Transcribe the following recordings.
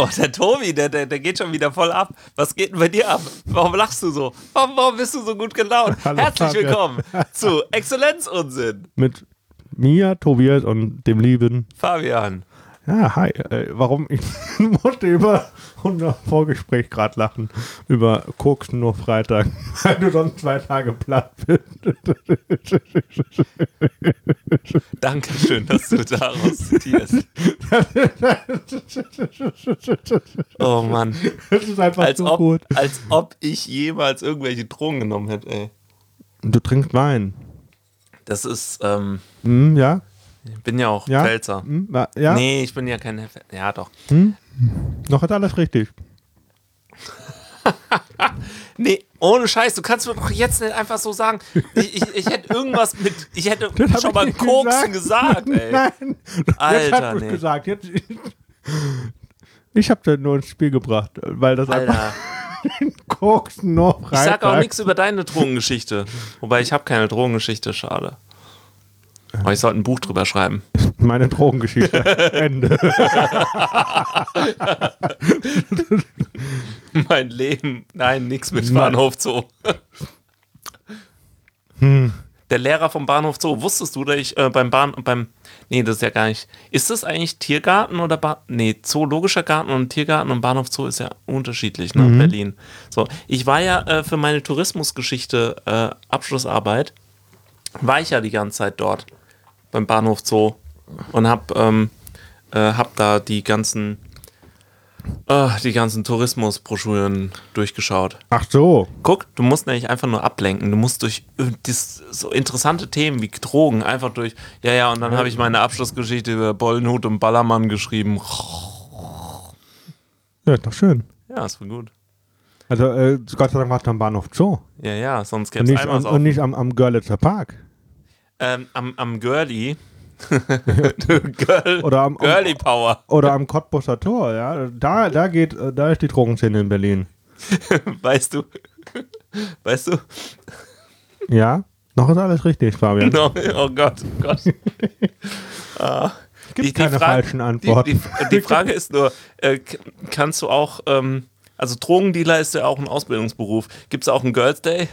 Oh, der Tobi, der geht schon wieder voll ab. Was geht denn bei dir ab? Warum lachst du so? Warum bist du so gut gelaunt? Hallo, Herzlich Fabian. willkommen zu Exzellenzunsinn. Mit mir, Tobias und dem lieben. Fabian. Ja, hi. Warum? Ich musste über unser Vorgespräch gerade lachen. Über Koksen nur Freitag, weil du sonst 2 Tage platt bist. Dankeschön, dass du daraus zitierst. Oh Mann. Das ist einfach so gut. Als ob ich jemals irgendwelche Drogen genommen hätte, ey. Du trinkst Wein. Das ist, Ja? ich bin ja auch Ja? Pfälzer. Ja? Nee, ich bin ja kein ja doch. Noch ist alles richtig. Nee, ohne Scheiß, du kannst mir doch jetzt nicht einfach so sagen, ich hätte irgendwas mit, ich hätte Das hab schon ich mal nicht Koksen gesagt, ey. Nein. Alter, jetzt hast du es nee. gesagt. Ich habe das nur ins Spiel gebracht, weil das einfach Alter, Koksen nur Freitag. ich sag auch nichts über deine Drogengeschichte. Wobei, ich habe keine Drogengeschichte, schade. Aber ich sollte ein Buch drüber schreiben. Meine Drogengeschichte. Ende. Mein Leben, nein, nix mit Bahnhof Zoo. Der Lehrer vom Bahnhof Zoo, wusstest du, dass ich nee, das ist ja gar nicht, ist das eigentlich Tiergarten oder Zoologischer Garten und Tiergarten und Bahnhof Zoo ist ja unterschiedlich, ne, Berlin. So, ich war ja für meine Tourismusgeschichte Abschlussarbeit, war ich ja die ganze Zeit dort beim Bahnhof Zoo und hab da die ganzen Tourismusbroschüren durchgeschaut. Ach so. Guck, du musst nämlich einfach nur ablenken. Du musst durch so interessante Themen wie Drogen einfach durch. Ja, und dann habe ich meine Abschlussgeschichte über Bollenhut und Ballermann geschrieben. Ja, ist doch schön. Ja, ist voll gut. Also, Gott sei Dank warst du am Bahnhof Zoo. Ja, sonst Und gäbe es nicht, einmal und nicht am Görlitzer Park. am Girlie. Oder am Girlie Power. Oder am Cottbusser Tor, ja. Da ist die Drogenszene in Berlin. Weißt du? Ja? Noch ist alles richtig, Fabian. No, oh Gott. Gibt keine falschen Antworten. Die Frage ist nur, kannst du auch, also Drogendealer ist ja auch ein Ausbildungsberuf. Gibt es auch einen Girls Day?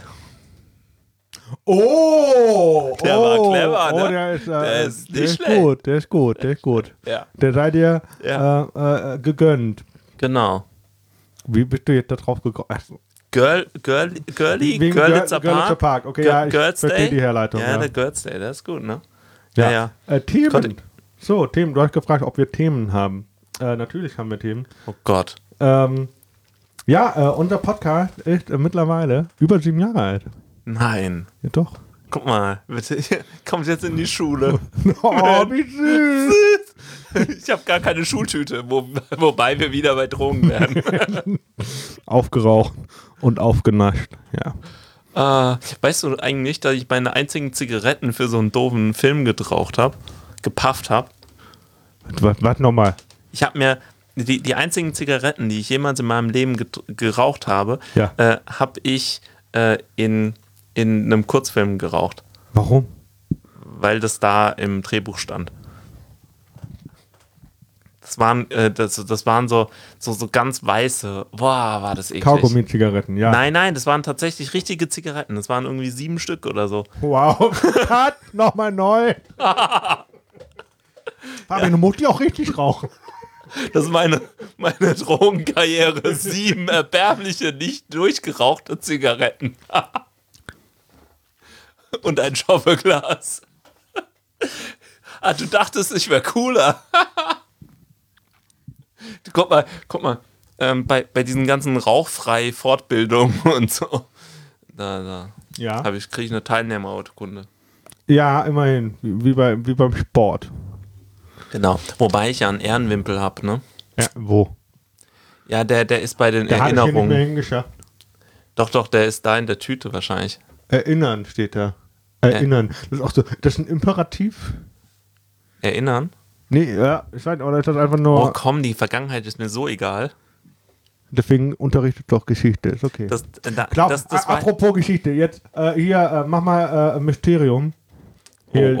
Oh! Der war clever, ne? Der ist nicht schlecht. Der ist gut. Ja. Der sei dir Ja. gegönnt. Genau. Wie bist du jetzt da drauf gekommen? Girlie, Wegen Görlitzer Görlitzer Park. Okay, ja, ich Girls verstehe Day? die Herleitung. Ja, der Girls Day, das ist gut, ne? Ja. Themen. Konnte- So, Themen. Du hast gefragt, ob wir Themen haben. Natürlich haben wir Themen. Oh Gott. Unser Podcast ist mittlerweile über 7 Jahre alt. Nein. Ja, doch. Guck mal, bitte, kommt jetzt in die Schule. Oh, wie süß. Ich habe gar keine Schultüte, wobei wir wieder bei Drogen werden. Aufgeraucht und aufgenascht. Ja. Weißt du eigentlich, dass ich meine einzigen Zigaretten für so einen doofen Film gepafft habe? Was nochmal? Ich habe mir die einzigen Zigaretten, die ich jemals in meinem Leben geraucht habe, Ja. habe ich in einem Kurzfilm geraucht, Warum? weil das da im Drehbuch stand. Das waren so ganz weiße, boah, war das eklig. Kaugummi-Zigaretten, ja. Nein, das waren tatsächlich richtige Zigaretten. Das waren irgendwie 7 Stück oder so. Wow. Cut, nochmal neu. Fabian, du musst die auch richtig rauchen. Das ist meine Drogenkarriere. 7 erbärmliche, nicht durchgerauchte Zigaretten. Und ein Schaufelglas. Du dachtest, ich wäre cooler. Guck mal. Bei diesen ganzen Rauchfrei-Fortbildungen und so. Da Ja. kriege ich eine Teilnehmerurkunde. Ja, immerhin. Wie beim Sport. Genau. Wobei ich ja einen Ehrenwimpel habe, ne? Ja, wo? Ja, der ist bei den Der hat es hier nicht mehr Erinnerungen. hingeschafft. Doch, der ist da in der Tüte wahrscheinlich. Erinnern steht da. Erinnern. Das ist auch so. Das ist ein Imperativ. Erinnern? Nee, ja, ich weiß, oder ist das einfach nur. Oh komm, die Vergangenheit ist mir so egal. Deswegen unterrichtet doch Geschichte. Ist okay. Das war, Apropos Geschichte, jetzt hier, mach mal Mysterium. Hier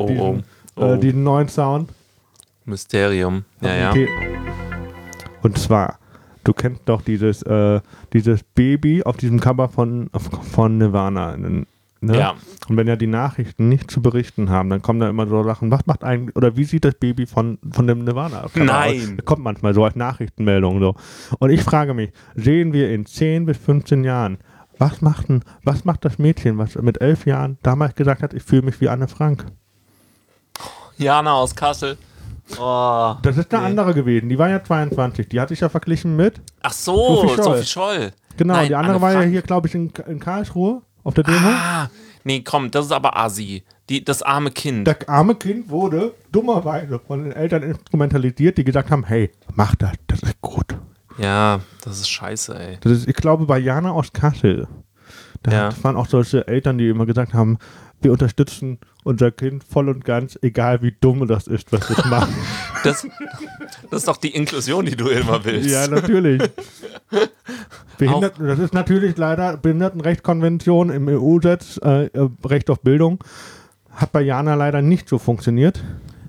diesen neuen Sound. Mysterium. Ja. Okay. Und zwar du kennst doch dieses Baby auf diesem Cover von Nirvana. Ne? Ja. Und wenn ja die Nachrichten nicht zu berichten haben, dann kommen da immer so Sachen, was macht eigentlich, oder wie sieht das Baby von dem Nirvana aus? Nein. Das kommt manchmal so als Nachrichtenmeldung so. Und ich frage mich, sehen wir in 10 bis 15 Jahren, was macht das Mädchen, was mit 11 Jahren damals gesagt hat, ich fühle mich wie Anne Frank? Jana aus Kassel. Oh, Das ist eine andere gewesen, die war ja 22, die hatte ich ja verglichen mit. Ach so, Sophie Sophie Scholl. Genau, Nein, die andere Anne war ja Frank. hier, glaube ich, in Karlsruhe auf der Demo. Nee, komm, das ist aber Asi. Das arme Kind. Das arme Kind wurde dummerweise von den Eltern instrumentalisiert, die gesagt haben, hey, mach das ist gut. Ja, das ist scheiße, ey. Das ist, ich glaube, bei Jana aus Kassel, da waren auch solche Eltern, die immer gesagt haben, wir unterstützen unser Kind voll und ganz, egal wie dumm das ist, was es macht. Das ist doch die Inklusion, die du immer willst. Ja, natürlich. Das ist natürlich leider Behindertenrechtskonvention im EU-Gesetz, Recht auf Bildung. Hat bei Jana leider nicht so funktioniert.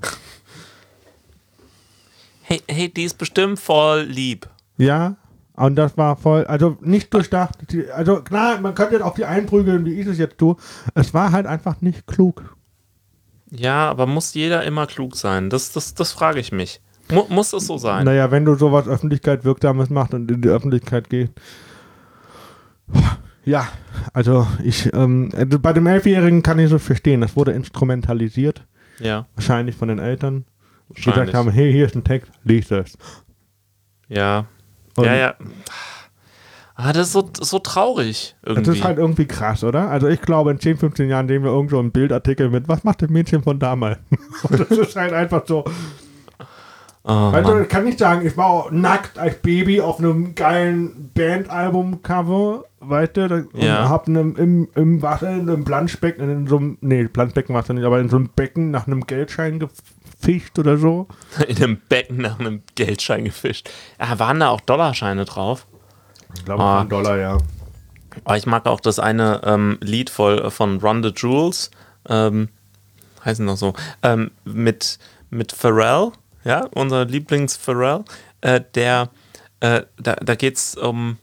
Hey, die ist bestimmt voll lieb. Ja, und das war voll, also nicht durchdacht. Also klar, man könnte jetzt auch die einprügeln, wie ich es jetzt tue. Es war halt einfach nicht klug. Ja, aber muss jeder immer klug sein? Das frage ich mich. Muss es so sein? Naja, wenn du sowas Öffentlichkeit-Wirksames machst und in die Öffentlichkeit gehst. Ja, also bei dem 11-Jährigen kann ich so verstehen, das wurde instrumentalisiert. Ja. Wahrscheinlich von den Eltern. Die Wahrscheinlich. gesagt haben, hey, hier ist ein Text, lies das. Ja. Und Ja. Das ist so traurig irgendwie. das ist halt irgendwie krass, oder? Also ich glaube, in 10, 15 Jahren sehen wir irgendwo einen Bildartikel mit, was macht das Mädchen von damals? Und das ist halt einfach so. Also ich kann nicht sagen, ich war auch nackt als Baby auf einem geilen Bandalbum-Cover, weißt du, und hab im Wasser, in einem Planschbecken, Planschbecken war es nicht, aber in so einem Becken nach einem Geldschein gefischt oder so. In einem Becken nach einem Geldschein gefischt. Ja, waren da auch Dollarscheine drauf? Ich glaube, $1, ja. Aber ich mag auch das eine Lied von Run the Jewels, heißen noch so, mit Pharrell, ja, unser Lieblings-Pharrell, da geht es um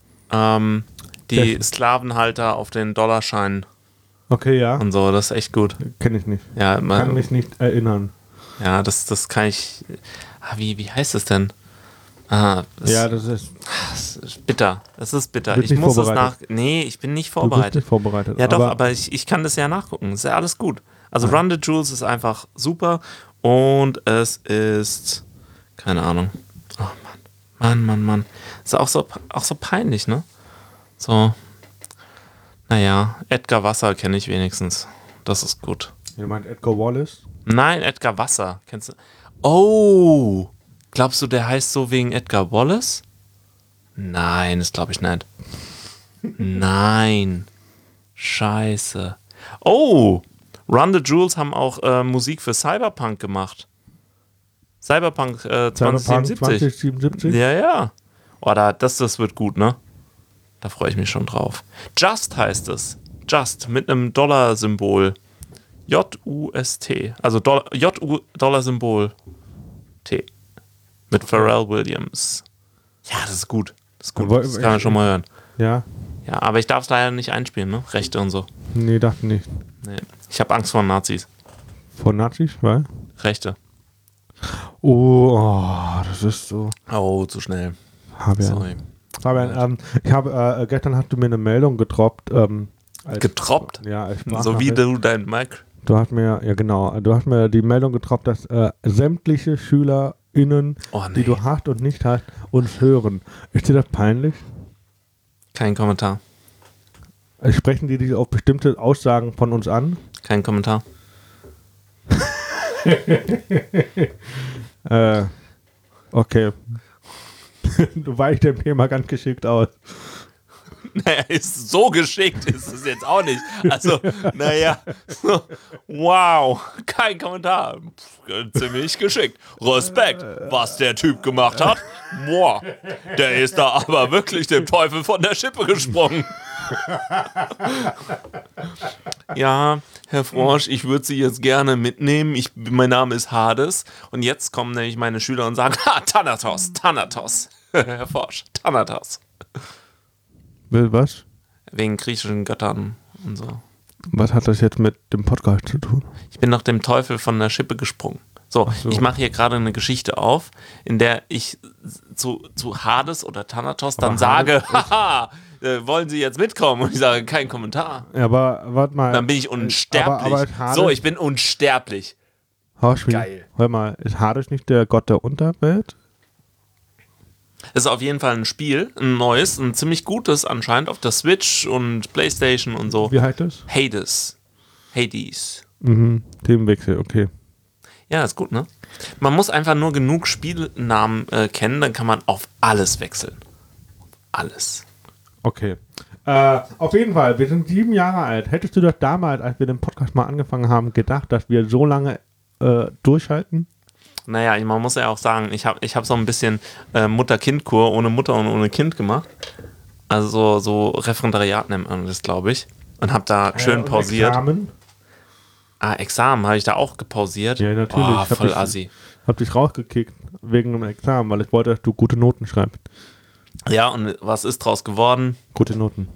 die Sklavenhalter auf den Dollarscheinen Okay, ja. und so, das ist echt gut. Kenne ich nicht. Ja, Kann mich nicht erinnern. Ja, das kann ich. Wie heißt es denn? Das ist. Das ist bitter. Das ist bitter. Du bist Ich nicht muss es vorbereitet. Nee, ich bin nicht Du bist vorbereitet. nicht vorbereitet. Ja, doch, aber ich kann das ja nachgucken. Ist ja alles gut. Also Run the Jewels ist einfach super und es ist. Keine Ahnung. Oh Mann. Ist auch so peinlich, ne? So. Naja, Edgar Wasser kenne ich wenigstens. Das ist gut. Ihr meint Edgar Wallace? Nein, Edgar Wasser. Kennst du? Oh! Glaubst du, der heißt so wegen Edgar Wallace? Nein, das glaube ich nicht. Nein. Scheiße. Oh! Run the Jewels haben auch Musik für Cyberpunk gemacht. Cyberpunk 2077. 2077? Ja. Oh, das wird gut, ne? Da freue ich mich schon drauf. Just heißt es. Just mit einem Dollar-Symbol. J-U-S-T. Also Dollar-Symbol T. Mit Pharrell Williams. Ja, das ist gut. Das kann man schon mal hören. Ja. Ja, aber ich darf es leider nicht einspielen, ne? Rechte und so. Nee, dachte nicht. Nee. Ich habe Angst vor Nazis. Vor Nazis, weil? Rechte. Oh, das ist so. Oh, zu schnell. Sorry. Fabian, gestern hast du mir eine Meldung getroppt. Getroppt? Ja, als So wie du dein Mic. Du hast mir die Meldung getroppt, dass sämtliche SchülerInnen, die du hast und nicht hast, uns hören. Ist dir das peinlich? Kein Kommentar. Sprechen die dich auf bestimmte Aussagen von uns an? Kein Kommentar. Okay. Du weichst dem Thema ganz geschickt aus. Naja, ist so geschickt ist es jetzt auch nicht. Also, naja, wow, kein Kommentar. Ziemlich geschickt. Respekt, was der Typ gemacht hat. Boah, der ist da aber wirklich dem Teufel von der Schippe gesprungen. Ja, Herr Frosch, ich würde Sie jetzt gerne mitnehmen. Mein Name ist Hades. Und jetzt kommen nämlich meine Schüler und sagen, Thanatos. Herr Forsch, Thanatos. Was? Wegen griechischen Göttern und so. Was hat das jetzt mit dem Podcast zu tun? Ich bin nach dem Teufel von der Schippe gesprungen. So. Ich mache hier gerade eine Geschichte auf, in der ich zu Hades oder Thanatos dann sage, haha, wollen Sie jetzt mitkommen? Und ich sage, kein Kommentar. Ja, aber warte mal. Dann bin ich unsterblich. So, ich bin unsterblich. Geil. Hör mal, ist Hades nicht der Gott der Unterwelt? Es ist auf jeden Fall ein Spiel, ein neues, ein ziemlich gutes anscheinend auf der Switch und Playstation und so. Wie heißt das? Hades. Themenwechsel, okay. Ja, ist gut, ne? Man muss einfach nur genug Spielnamen kennen, dann kann man auf alles wechseln. Alles. Okay. Auf jeden Fall, wir sind 7 Jahre alt. Hättest du das damals, als wir den Podcast mal angefangen haben, gedacht, dass wir so lange durchhalten? Naja, man muss ja auch sagen, ich hab so ein bisschen Mutter-Kind-Kur ohne Mutter und ohne Kind gemacht. Also so Referendariat nennt man das, glaube ich. Und hab da schön pausiert. Examen? Examen habe ich da auch gepausiert. Ja, natürlich. Oh, voll assi. Hab dich rausgekickt wegen einem Examen, weil ich wollte, dass du gute Noten schreibst. Ja, und was ist draus geworden? Gute Noten.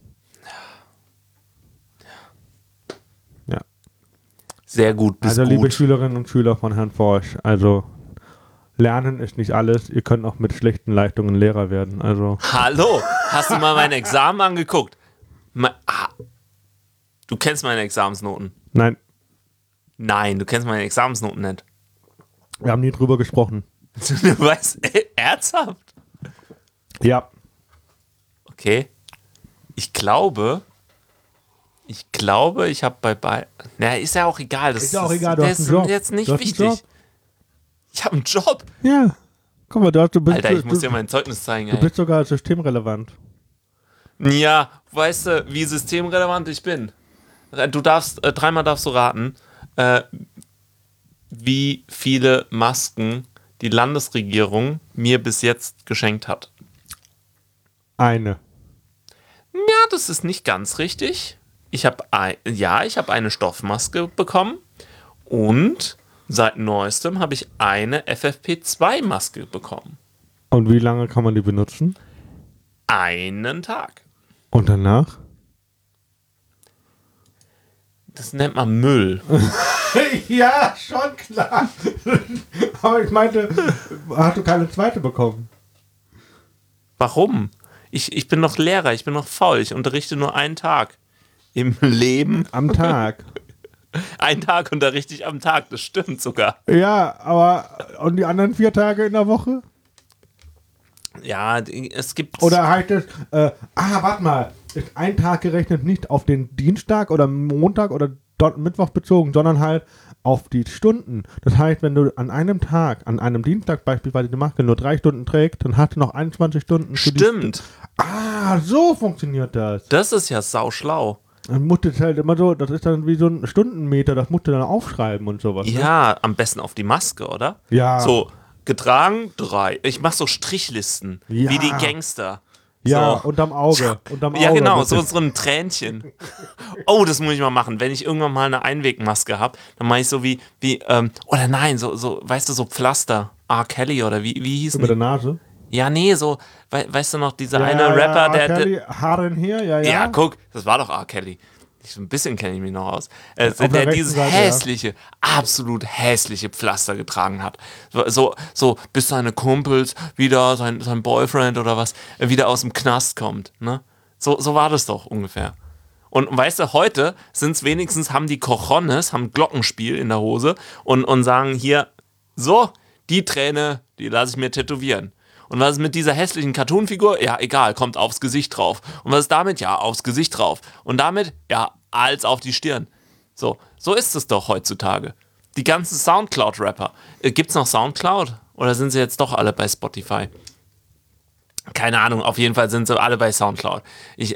Ja. Sehr gut bis also, gut. liebe Schülerinnen und Schüler von Herrn Forsch, also Lernen ist nicht alles. Ihr könnt auch mit schlechten Leistungen Lehrer werden. Also. Hallo, hast du mal mein Examen angeguckt? Du kennst meine Examensnoten. Nein. Nein, du kennst meine Examensnoten nicht. Wir haben nie drüber gesprochen. Du weißt, ernsthaft? Ja. Okay. Ich glaube, ich habe bei na, ist ja auch egal. Das ist ja auch egal, du das hast einen ist Job. jetzt nicht Du hast einen wichtig. Job. Ich habe einen Job. Ja. Guck mal, du bist, Alter, ich muss dir mein Zeugnis zeigen. Du bist sogar systemrelevant. Ja, weißt du, wie systemrelevant ich bin? Du darfst, dreimal darfst du raten, wie viele Masken die Landesregierung mir bis jetzt geschenkt hat. Eine. Ja, das ist nicht ganz richtig. Ich habe eine Stoffmaske bekommen und seit neuestem habe ich eine FFP2-Maske bekommen. Und wie lange kann man die benutzen? Einen Tag. Und danach? Das nennt man Müll. Ja, schon klar. Aber ich meinte, hast du keine zweite bekommen? Warum? Ich bin noch Lehrer, ich bin noch faul. Ich unterrichte nur einen Tag im Leben. Am Tag. Einen Tag unterrichte ich am Tag, das stimmt sogar. Ja, aber und die anderen 4 Tage in der Woche? Ja, es gibt... Oder heißt es, warte mal, ist ein Tag gerechnet nicht auf den Dienstag oder Montag oder Mittwoch bezogen, sondern halt auf die Stunden. Das heißt, wenn du an einem Tag, an einem Dienstag beispielsweise die Maske nur 3 Stunden trägst, dann hast du noch 21 Stunden. Stimmt. So funktioniert das. Das ist ja sauschlau. Dann musst du halt immer so, das ist dann wie so ein Stundenmeter, das musst du dann aufschreiben und sowas. Ja, am besten auf die Maske, oder? Ja. So, getragen 3. Ich mach so Strichlisten, Ja. wie die Gangster. Ja, so. unterm Auge. Ja, genau, so ein Tränchen. Oh, das muss ich mal machen. Wenn ich irgendwann mal eine Einwegmaske habe, dann mache ich so oder nein, so, weißt du, so Pflaster. R. Kelly oder wie hieß Über der Nase? Ja, nee, so, weißt du noch, dieser eine Rapper, R. Kelly, Haare hier, ja. Ja, guck, das war doch R. Kelly. Ein bisschen kenne ich mich noch aus. der Dieses Seite, hässliche, absolut hässliche Pflaster getragen hat. So bis seine Kumpels wieder, sein Boyfriend oder was, wieder aus dem Knast kommt. Ne? So war das doch ungefähr. Und weißt du, heute sind's wenigstens, haben die Cojones, haben Glockenspiel in der Hose und sagen hier, so, die Träne, die lasse ich mir tätowieren. Und was ist mit dieser hässlichen Cartoon-Figur? Ja, egal, kommt aufs Gesicht drauf. Und was ist damit? Ja, aufs Gesicht drauf. Und damit? Ja, als auf die Stirn. So ist es doch heutzutage. Die ganzen Soundcloud-Rapper. Gibt's noch Soundcloud? Oder sind sie jetzt doch alle bei Spotify? Keine Ahnung, auf jeden Fall sind sie alle bei Soundcloud.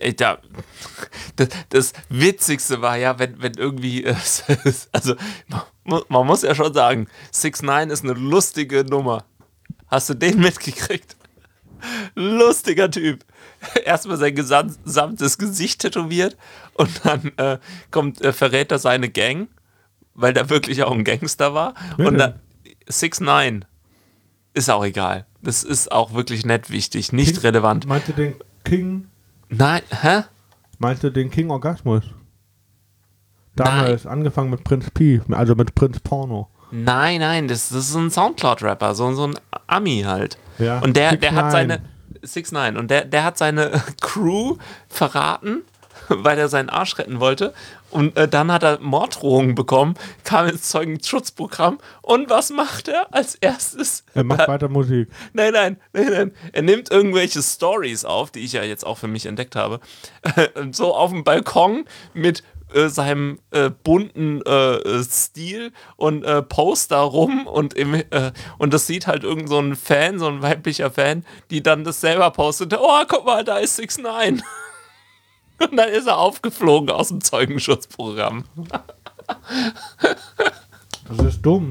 Das Witzigste war ja, wenn irgendwie, also man muss ja schon sagen, 6ix9ine ist eine lustige Nummer. Hast du den mitgekriegt? Lustiger Typ. Erstmal sein gesamtes Gesicht tätowiert und dann verrät er seine Gang, weil der wirklich auch ein Gangster war. Und dann 6ix9ine. Ist auch egal. Das ist auch wirklich nicht wichtig, nicht relevant. Meinst du den King? Nein, hä? Meinst du den King Orgasmus? Damals angefangen mit Prinz Pi, also mit Prinz Porno. Nein, das ist ein Soundcloud-Rapper, so ein Ami halt. Ja. Und der hat seine 6ix9ine und der hat seine Crew verraten, weil er seinen Arsch retten wollte. Und dann hat er Morddrohungen bekommen, kam ins Zeugenschutzprogramm. Und was macht er als erstes? Er macht weiter Musik. Nein. Er nimmt irgendwelche Stories auf, die ich ja jetzt auch für mich entdeckt habe. So auf dem Balkon mit seinem bunten Stil und Poster rum und das sieht halt irgend so ein Fan, so ein weiblicher Fan, die dann das selber postet. Oh, guck mal, da ist 6ix9ine. Und dann ist er aufgeflogen aus dem Zeugenschutzprogramm. Das ist dumm.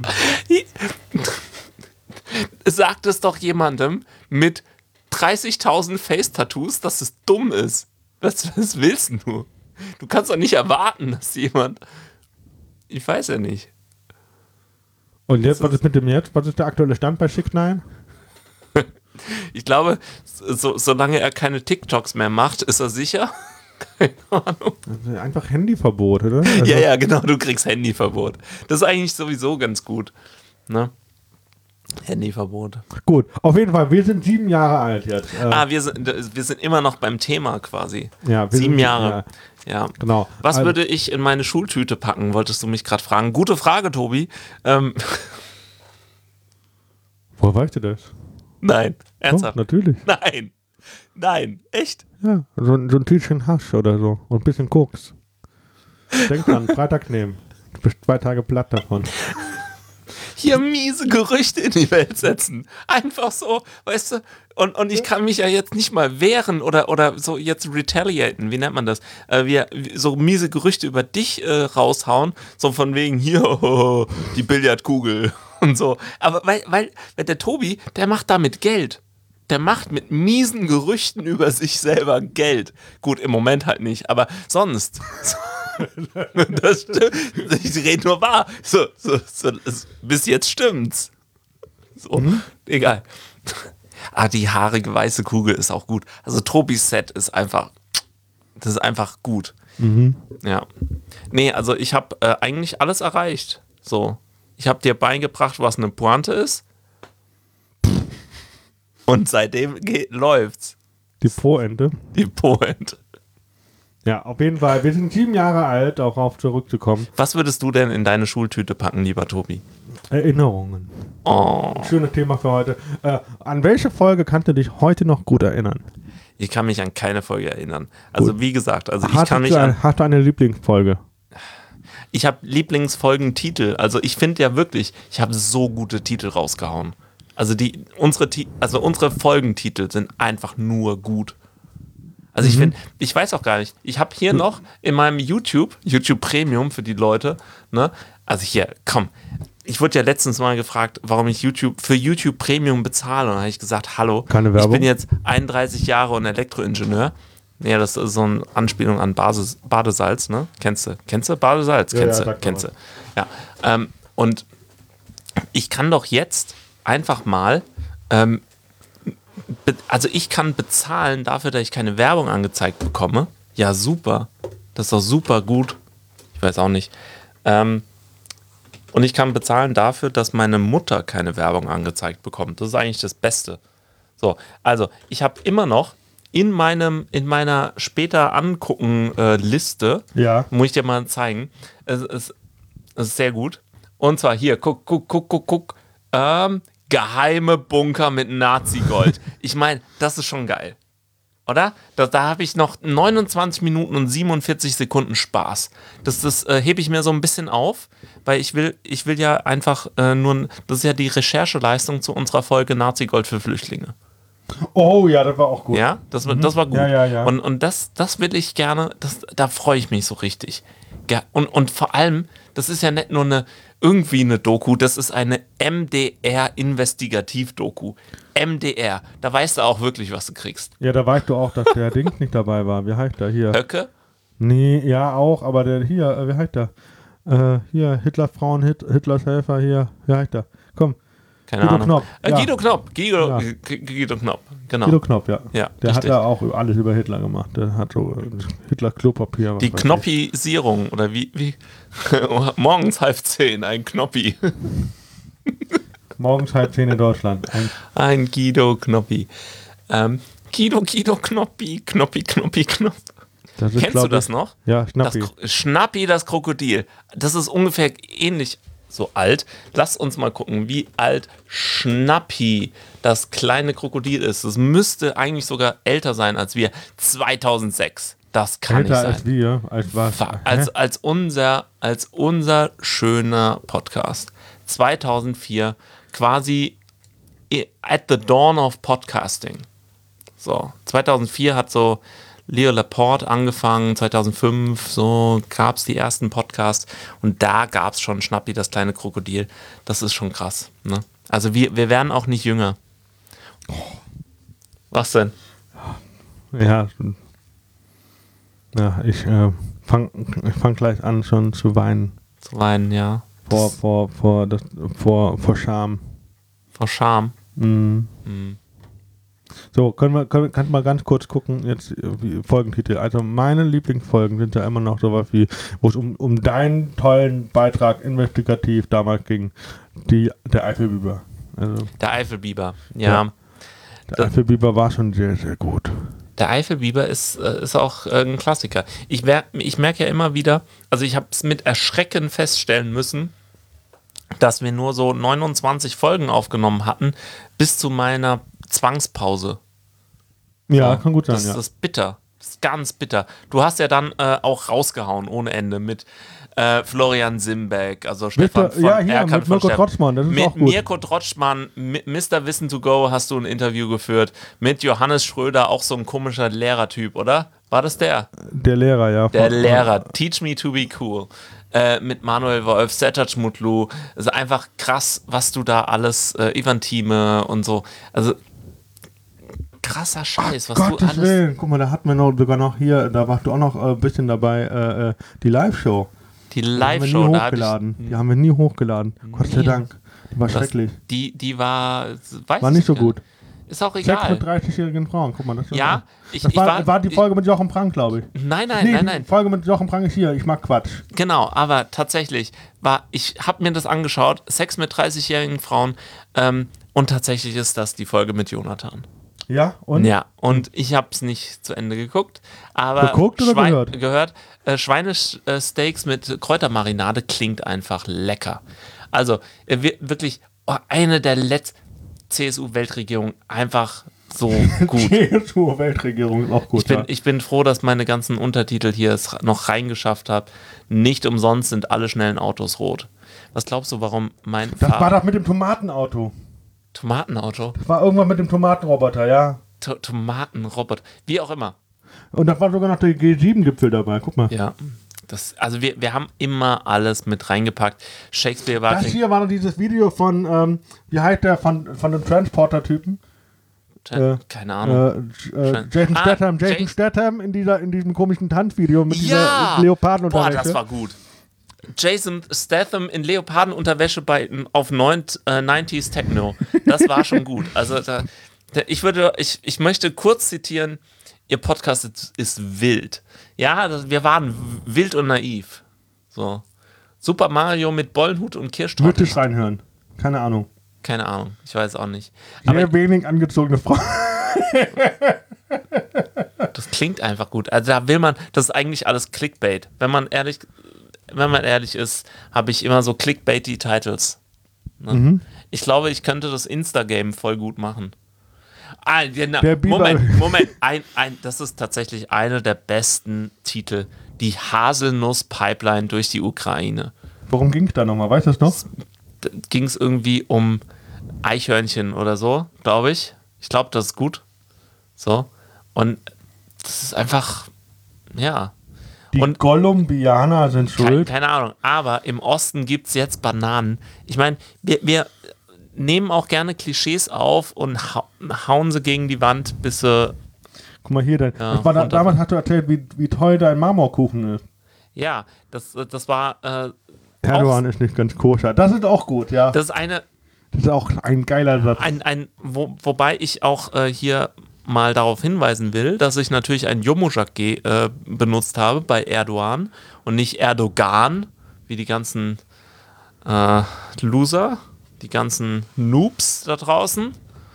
Sagt es doch jemandem mit 30.000 Face-Tattoos, dass es dumm ist. Was willst du? Du kannst doch nicht erwarten, dass jemand... Ich weiß ja nicht. Und jetzt, was ist mit dem jetzt? Was ist der aktuelle Stand bei 6ix9ine? Ich glaube, solange er keine TikToks mehr macht, ist er sicher. Keine Ahnung. Also einfach Handyverbot, oder? Also Ja, genau, du kriegst Handyverbot. Das ist eigentlich sowieso ganz gut. Ne? Handyverbot. Gut, auf jeden Fall, wir sind 7 Jahre alt jetzt. Wir sind immer noch beim Thema quasi. Ja, 7 Jahre. Ja. Genau. Was würde ich in meine Schultüte packen, wolltest du mich gerade fragen. Gute Frage, Tobi. Woher weißt du das? Nein, ernsthaft? Oh, natürlich. Nein, echt? Ja, so ein Tütchen Hasch oder so. Und ein bisschen Koks. Denk dran, Freitag nehmen. Du bist 2 Tage platt davon. Hier miese Gerüchte in die Welt setzen. Einfach so, weißt du? Und ich kann mich ja jetzt nicht mal wehren oder so jetzt retaliaten. Wie nennt man das? So miese Gerüchte über dich raushauen. So von wegen hier, die Billardkugel und so. Aber weil der Tobi, der macht damit Geld. Der macht mit miesen Gerüchten über sich selber Geld. Gut, im Moment halt nicht, aber sonst. Das stimmt. Ich rede nur wahr. So, bis jetzt stimmt's. So, egal. Die haarige weiße Kugel ist auch gut. Also Tobis Set ist einfach gut. Ja. Nee, also ich habe eigentlich alles erreicht. So. Ich habe dir beigebracht, was eine Pointe ist. Und seitdem läuft's. Die Poente. Ja, auf jeden Fall. Wir sind 7 Jahre alt, auch auf zurückzukommen. Was würdest du denn in deine Schultüte packen, lieber Tobi? Erinnerungen. Oh. Schönes Thema für heute. An welche Folge kannst du dich heute noch gut erinnern? Ich kann mich an keine Folge erinnern. Also gut. Wie gesagt, Hast du eine Lieblingsfolge? Ich habe Lieblingsfolgentitel. Also ich finde ja wirklich, ich habe so gute Titel rausgehauen. Also unsere Folgentitel sind einfach nur gut. Also ich finde, ich weiß auch gar nicht, ich habe hier noch in meinem YouTube Premium für die Leute, ne? Also hier, komm, ich wurde ja letztens mal gefragt, warum ich für YouTube Premium bezahle. Und dann habe ich gesagt, hallo, keine Werbung. Ich bin jetzt 31 Jahre und Elektroingenieur. Ja, das ist so eine Anspielung an Badesalz, ne? Kennst du Badesalz? Kennst du. Ja, und ich kann doch jetzt einfach mal, also ich kann bezahlen dafür, dass ich keine Werbung angezeigt bekomme. Ja, super. Das ist doch super gut. Ich weiß auch nicht. Und ich kann bezahlen dafür, dass meine Mutter keine Werbung angezeigt bekommt. Das ist eigentlich das Beste. So, also ich habe immer noch in meiner später angucken Liste, muss ich dir mal zeigen, es ist sehr gut. Und zwar hier, guck, geheime Bunker mit Nazi-Gold. Ich meine, das ist schon geil. Oder? Da habe ich noch 29 Minuten und 47 Sekunden Spaß. Das hebe ich mir so ein bisschen auf, weil ich will ja einfach das ist ja die Rechercheleistung zu unserer Folge Nazi-Gold für Flüchtlinge. Oh ja, das war auch gut. Ja, das war gut. Ja. Und das will ich gerne, da freue ich mich so richtig. Und vor allem, das ist ja nicht nur irgendwie eine Doku, das ist eine MDR-Investigativ-Doku. MDR, da weißt du auch wirklich, was du kriegst. Ja, da weißt du auch, dass der Dings nicht dabei war. Wie heißt der hier? Höcke? Nee, ja auch, aber der hier, wie heißt der? Hier, Hitlers Frauen, Hitlers Helfer, hier, wie heißt der? Komm, Keine Guido Ahnung. Knopp. Ja. Guido Knopp. Ja. Guido Knopp. Genau. Guido Knopp, ja. Ja, Der hat richtig. ja auch alles über Hitler gemacht. Der hat so Hitler-Klopapier. was Die weiß ich. Knoppisierung, oder wie? Morgens 9:30, ein Knoppi. Morgens 9:30 in Deutschland. Ein Guido Knoppi. Guido Knoppi, Knoppi. Das ist, Kennst du das noch? Ja, Schnappi. Schnappi, das Krokodil. Das ist ungefähr ähnlich so alt. Lass uns mal gucken, wie alt Schnappi, das kleine Krokodil ist. Das müsste eigentlich sogar älter sein als wir. 2006. Das kann Älter nicht sein. als wir. Als was? Als unser schöner Podcast. 2004, quasi at the dawn of podcasting. So, 2004 hat so Leo Laporte angefangen, 2005, so gab es die ersten Podcasts und da gab es schon Schnappi, das kleine Krokodil. Das ist schon krass. Ne? Also wir werden auch nicht jünger. Was denn? Ja, ich fang gleich an schon zu weinen. Zu weinen, ja. Vor Scham. Vor Scham. Mhm. Mhm. So, kannst du mal ganz kurz gucken, jetzt Folgentitel. Also meine Lieblingsfolgen sind ja immer noch sowas wie, wo es um deinen tollen Beitrag investigativ damals ging, der Eifelbiber. Also, Der Eifelbiber, ja. Der Eifelbiber war schon sehr, sehr gut. Der Eifelbiber ist auch ein Klassiker. Ich merke ja immer wieder, also ich habe es mit Erschrecken feststellen müssen, dass wir nur so 29 Folgen aufgenommen hatten, bis zu meiner Zwangspause. Ja, So, kann gut sein, das ja. ist bitter. Das ist ganz bitter. Du hast ja dann auch rausgehauen ohne Ende mit Florian Simbeck, also Stefan von Erkan mit Mirko Trotschmann, das ist auch mit gut. Mirko Trotschmann, mit Mr. Wissen to Go hast du ein Interview geführt, mit Johannes Schröder, auch so ein komischer Lehrertyp, oder? War das der? Der Lehrer, ja. Der Lehrer, Teach Me to Be Cool. Mit Manuel Wolf, Sertac Mutlu. Also einfach krass, was du da alles, Ivan Thieme und so. Also krasser Scheiß, was Gottes du alles. Willen. Guck mal, da hatten wir sogar noch hier, da warst du auch noch ein bisschen dabei, die Live-Show. Die Die Live-Show, haben wir nie da hochgeladen. Die haben wir nie hochgeladen. Gott sei Nie. Dank. Die war schrecklich. Die war, weiß War ich nicht so gar gut. Ist auch Sex egal. mit 30-jährigen Frauen. Guck mal, das ist Ja, das war die Folge mit Jochen Prank, glaube ich. Nein, Die Folge mit Jochen Prank ist hier. Ich mag Quatsch. Genau, aber tatsächlich ich habe mir das angeschaut, Sex mit 30-jährigen Frauen, und tatsächlich ist das die Folge mit Jonathan. Ja, und? Ja, und ich habe es nicht zu Ende geguckt, aber Geguckt oder gehört? Schweinesteaks mit Kräutermarinade klingt einfach lecker. Also wirklich eine der letzten CSU-Weltregierungen einfach so gut. CSU-Weltregierung ist auch gut. Ich bin froh, dass meine ganzen Untertitel hier es noch reingeschafft habe. Nicht umsonst sind alle schnellen Autos rot. Was glaubst du, warum mein Das war doch mit dem Tomatenauto. Tomatenauto? Das war irgendwann mit dem Tomatenroboter, ja. Tomatenroboter, wie auch immer. Und da war sogar noch der G7-Gipfel dabei, guck mal. Ja, also wir haben immer alles mit reingepackt. Shakespeare war... Das hier war noch dieses Video von, wie heißt der, von dem Transporter-Typen? Keine Ahnung. Jason Statham. Jason Statham in diesem komischen Tanzvideo mit dieser Leopardenunterwäsche. Boah, das war gut. Jason Statham in Leopardenunterwäsche auf 90s Techno. Das war schon gut. Also ich möchte kurz zitieren, ihr Podcast ist wild. Ja, wir waren wild und naiv. So. Super Mario mit Bollenhut und Kirschtorte. Würde ich reinhören. Keine Ahnung. Keine Ahnung, ich weiß auch nicht. Sehr wenig angezogene Frauen. Das klingt einfach gut. Also da will man, das ist eigentlich alles Clickbait. Wenn man ehrlich ist, habe ich immer so Clickbaity Titles. Ne? Mhm. Ich glaube, ich könnte das Insta-Game voll gut machen. Genau. Der Moment. Das ist tatsächlich einer der besten Titel. Die Haselnuss-Pipeline durch die Ukraine. Worum ging es da nochmal? Weißt du das noch? Da ging es irgendwie um Eichhörnchen oder so, glaube ich. Ich glaube, das ist gut. So. Und das ist einfach, ja. Die Kolumbianer sind schuld. Keine Ahnung. Aber im Osten gibt es jetzt Bananen. Ich meine, wir nehmen auch gerne Klischees auf und hauen sie gegen die Wand, bis sie... Guck mal hier, damals hast du erzählt, wie toll dein Marmorkuchen ist. Ja, das war... Erdogan ist nicht ganz koscher. Das ist auch gut, ja. Das ist eine... Das ist auch ein geiler Satz. Wobei ich auch hier mal darauf hinweisen will, dass ich natürlich ein Yumuşak benutzt habe bei Erdogan und nicht Erdogan, wie die ganzen Loser, die ganzen Noobs da draußen.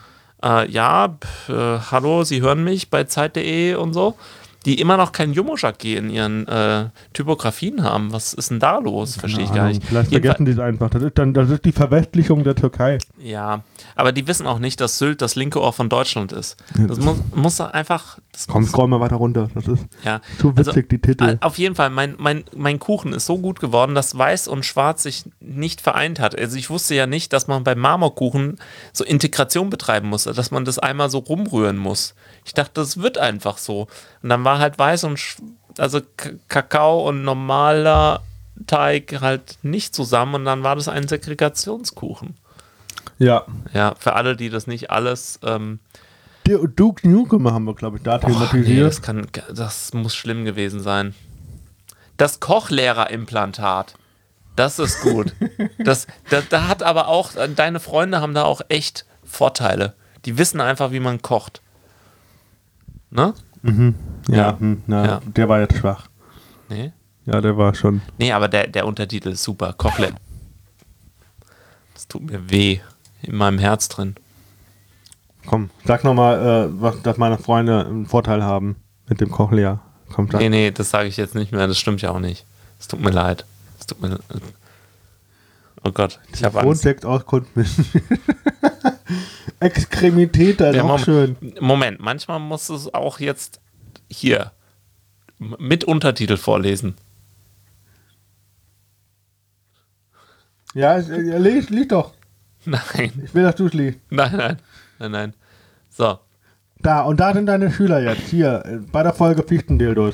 Hallo, Sie hören mich bei Zeit.de und so, die immer noch kein Yumuşak in ihren Typografien haben. Was ist denn da los? Verstehe ich gar nicht. Vielleicht vergessen die es einfach. Das ist die Verwestlichung der Türkei. Ja, aber die wissen auch nicht, dass Sylt das linke Ohr von Deutschland ist. Das muss einfach... Komm, scroll mal weiter runter. Das ist zu witzig, die Titel. Auf jeden Fall, mein Kuchen ist so gut geworden, dass Weiß und Schwarz sich nicht vereint hat. Also ich wusste ja nicht, dass man beim Marmorkuchen so Integration betreiben muss, dass man das einmal so rumrühren muss. Ich dachte, das wird einfach so. Und dann war halt Weiß und Kakao und normaler Teig halt nicht zusammen und dann war das ein Segregationskuchen. Ja. Ja, für alle, die das nicht alles... Duke Nukem haben wir, glaube ich, da thematisiert. Nee, das muss schlimm gewesen sein. Das Kochlehrerimplantat. Das ist gut. Da hat aber auch, deine Freunde haben da auch echt Vorteile. Die wissen einfach, wie man kocht. Ne? Mhm. Ja. Der war jetzt schwach. Nee? Ja, der war schon. Nee, aber der Untertitel ist super. Kochlehrer. Das tut mir weh. In meinem Herz drin. Komm, sag nochmal, dass meine Freunde einen Vorteil haben mit dem Cochlea. Komm, sag. Nee, das sage ich jetzt nicht mehr. Das stimmt ja auch nicht. Es tut mir leid. Oh Gott, ich habe Angst. Wohnsekt aus Kundmissen. Exkremität, das ist auch schön. Moment, manchmal musst du es auch jetzt hier mit Untertitel vorlesen. Ja, lies doch. Nein. Ich will, dass du es liest. Nein. So. Da sind deine Schüler jetzt. Hier, bei der Folge Fichtendildos.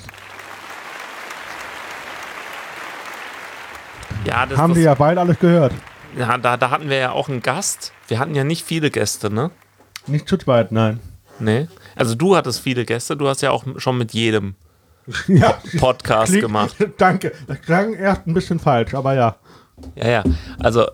Ja, haben die ja bald alles gehört. Ja, da hatten wir ja auch einen Gast. Wir hatten ja nicht viele Gäste, ne? Nicht zu zweit, nein. Nee. Also du hattest viele Gäste. Du hast ja auch schon mit jedem Podcast gemacht. Danke. Das klang erst ein bisschen falsch, aber ja. Ja. Also,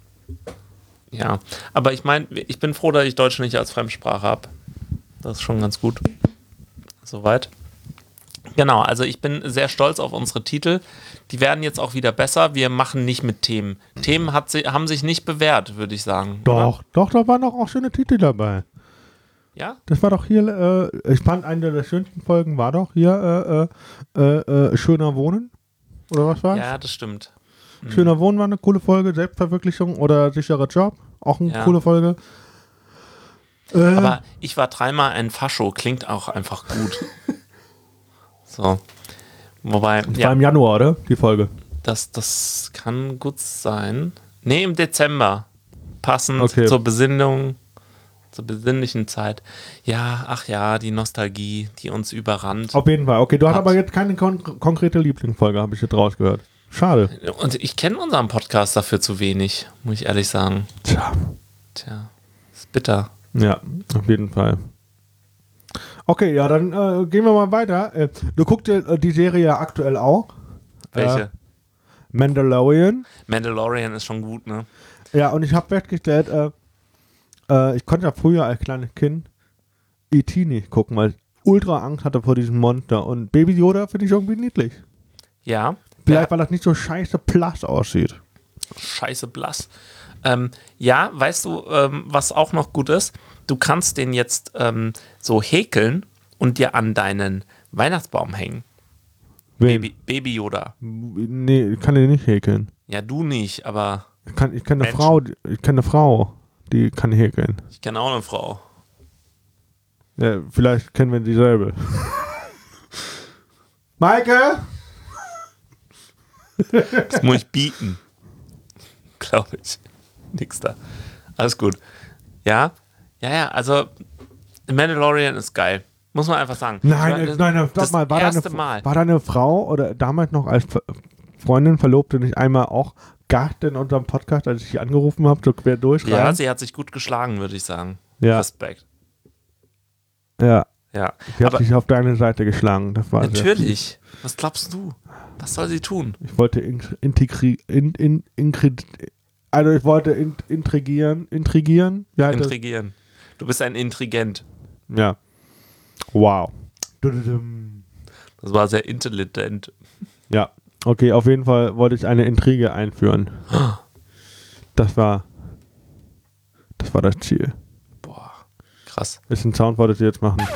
ja. Aber ich meine, ich bin froh, dass ich Deutsch nicht als Fremdsprache habe. Das ist schon ganz gut. Soweit. Genau, also ich bin sehr stolz auf unsere Titel. Die werden jetzt auch wieder besser. Wir machen nicht mit Themen. Themen haben sich nicht bewährt, würde ich sagen. Doch, da waren doch auch schöne Titel dabei. Ja? Das war doch hier, ich fand, eine der schönsten Folgen war doch hier Schöner Wohnen. Oder was war? Ja, das stimmt. Schöner Wohnen war eine coole Folge. Selbstverwirklichung oder sicherer Job. Auch eine coole Folge. Aber ich war 3-mal ein Fascho. Klingt auch einfach gut. So. Wobei. Das war im Januar, oder? Die Folge. Das kann gut sein. Nee, im Dezember. Passend zur Besinnung, zur besinnlichen Zeit. Ja, ach ja, die Nostalgie, die uns überrannt. Auf jeden Fall. Okay, du hast aber jetzt keine konkrete Lieblingsfolge, habe ich jetzt rausgehört. Schade. Und ich kenne unseren Podcast dafür zu wenig, muss ich ehrlich sagen. Tja, ist bitter. Ja, auf jeden Fall. Okay, ja, dann gehen wir mal weiter. Du guckst dir die Serie aktuell auch. Welche? Mandalorian. Mandalorian ist schon gut, ne? Ja, und ich habe festgestellt, ich konnte ja früher als kleines Kind E.T. nicht gucken, weil ich ultra Angst hatte vor diesem Monster. Und Baby Yoda finde ich irgendwie niedlich. Ja. Vielleicht, weil das nicht so scheiße blass aussieht. Scheiße blass. Ja, weißt du, was auch noch gut ist? Du kannst den jetzt so häkeln und dir an deinen Weihnachtsbaum hängen. Baby Yoda. Nee, ich kann den nicht häkeln. Ja, du nicht, aber ich kenne eine Frau, die kann häkeln. Ich kenne auch eine Frau. Ja, vielleicht kennen wir dieselbe. Maike! Das muss ich bieten. Glaube ich. Nix da. Alles gut. Ja, also Mandalorian ist geil. Muss man einfach sagen. Nein, stopp mal. War deine Frau oder damals noch als Freundin, Verlobte nicht einmal auch Gast in unserem Podcast, als ich sie angerufen habe, so quer durch? Ja, sie hat sich gut geschlagen, würde ich sagen. Ja. Respekt. Ja. Ja. Sie hat sich auf deine Seite geschlagen. Das war natürlich. Was glaubst du? Was soll sie tun? Ich wollte Also ich wollte intrigieren. Ja, Intrigieren. Du bist ein Intrigent. Ja. Wow. Das war sehr intelligent. Ja. Okay, auf jeden Fall wollte ich eine Intrige einführen. Das war das Ziel. Boah, krass. Welchen Sound wolltet ihr jetzt machen?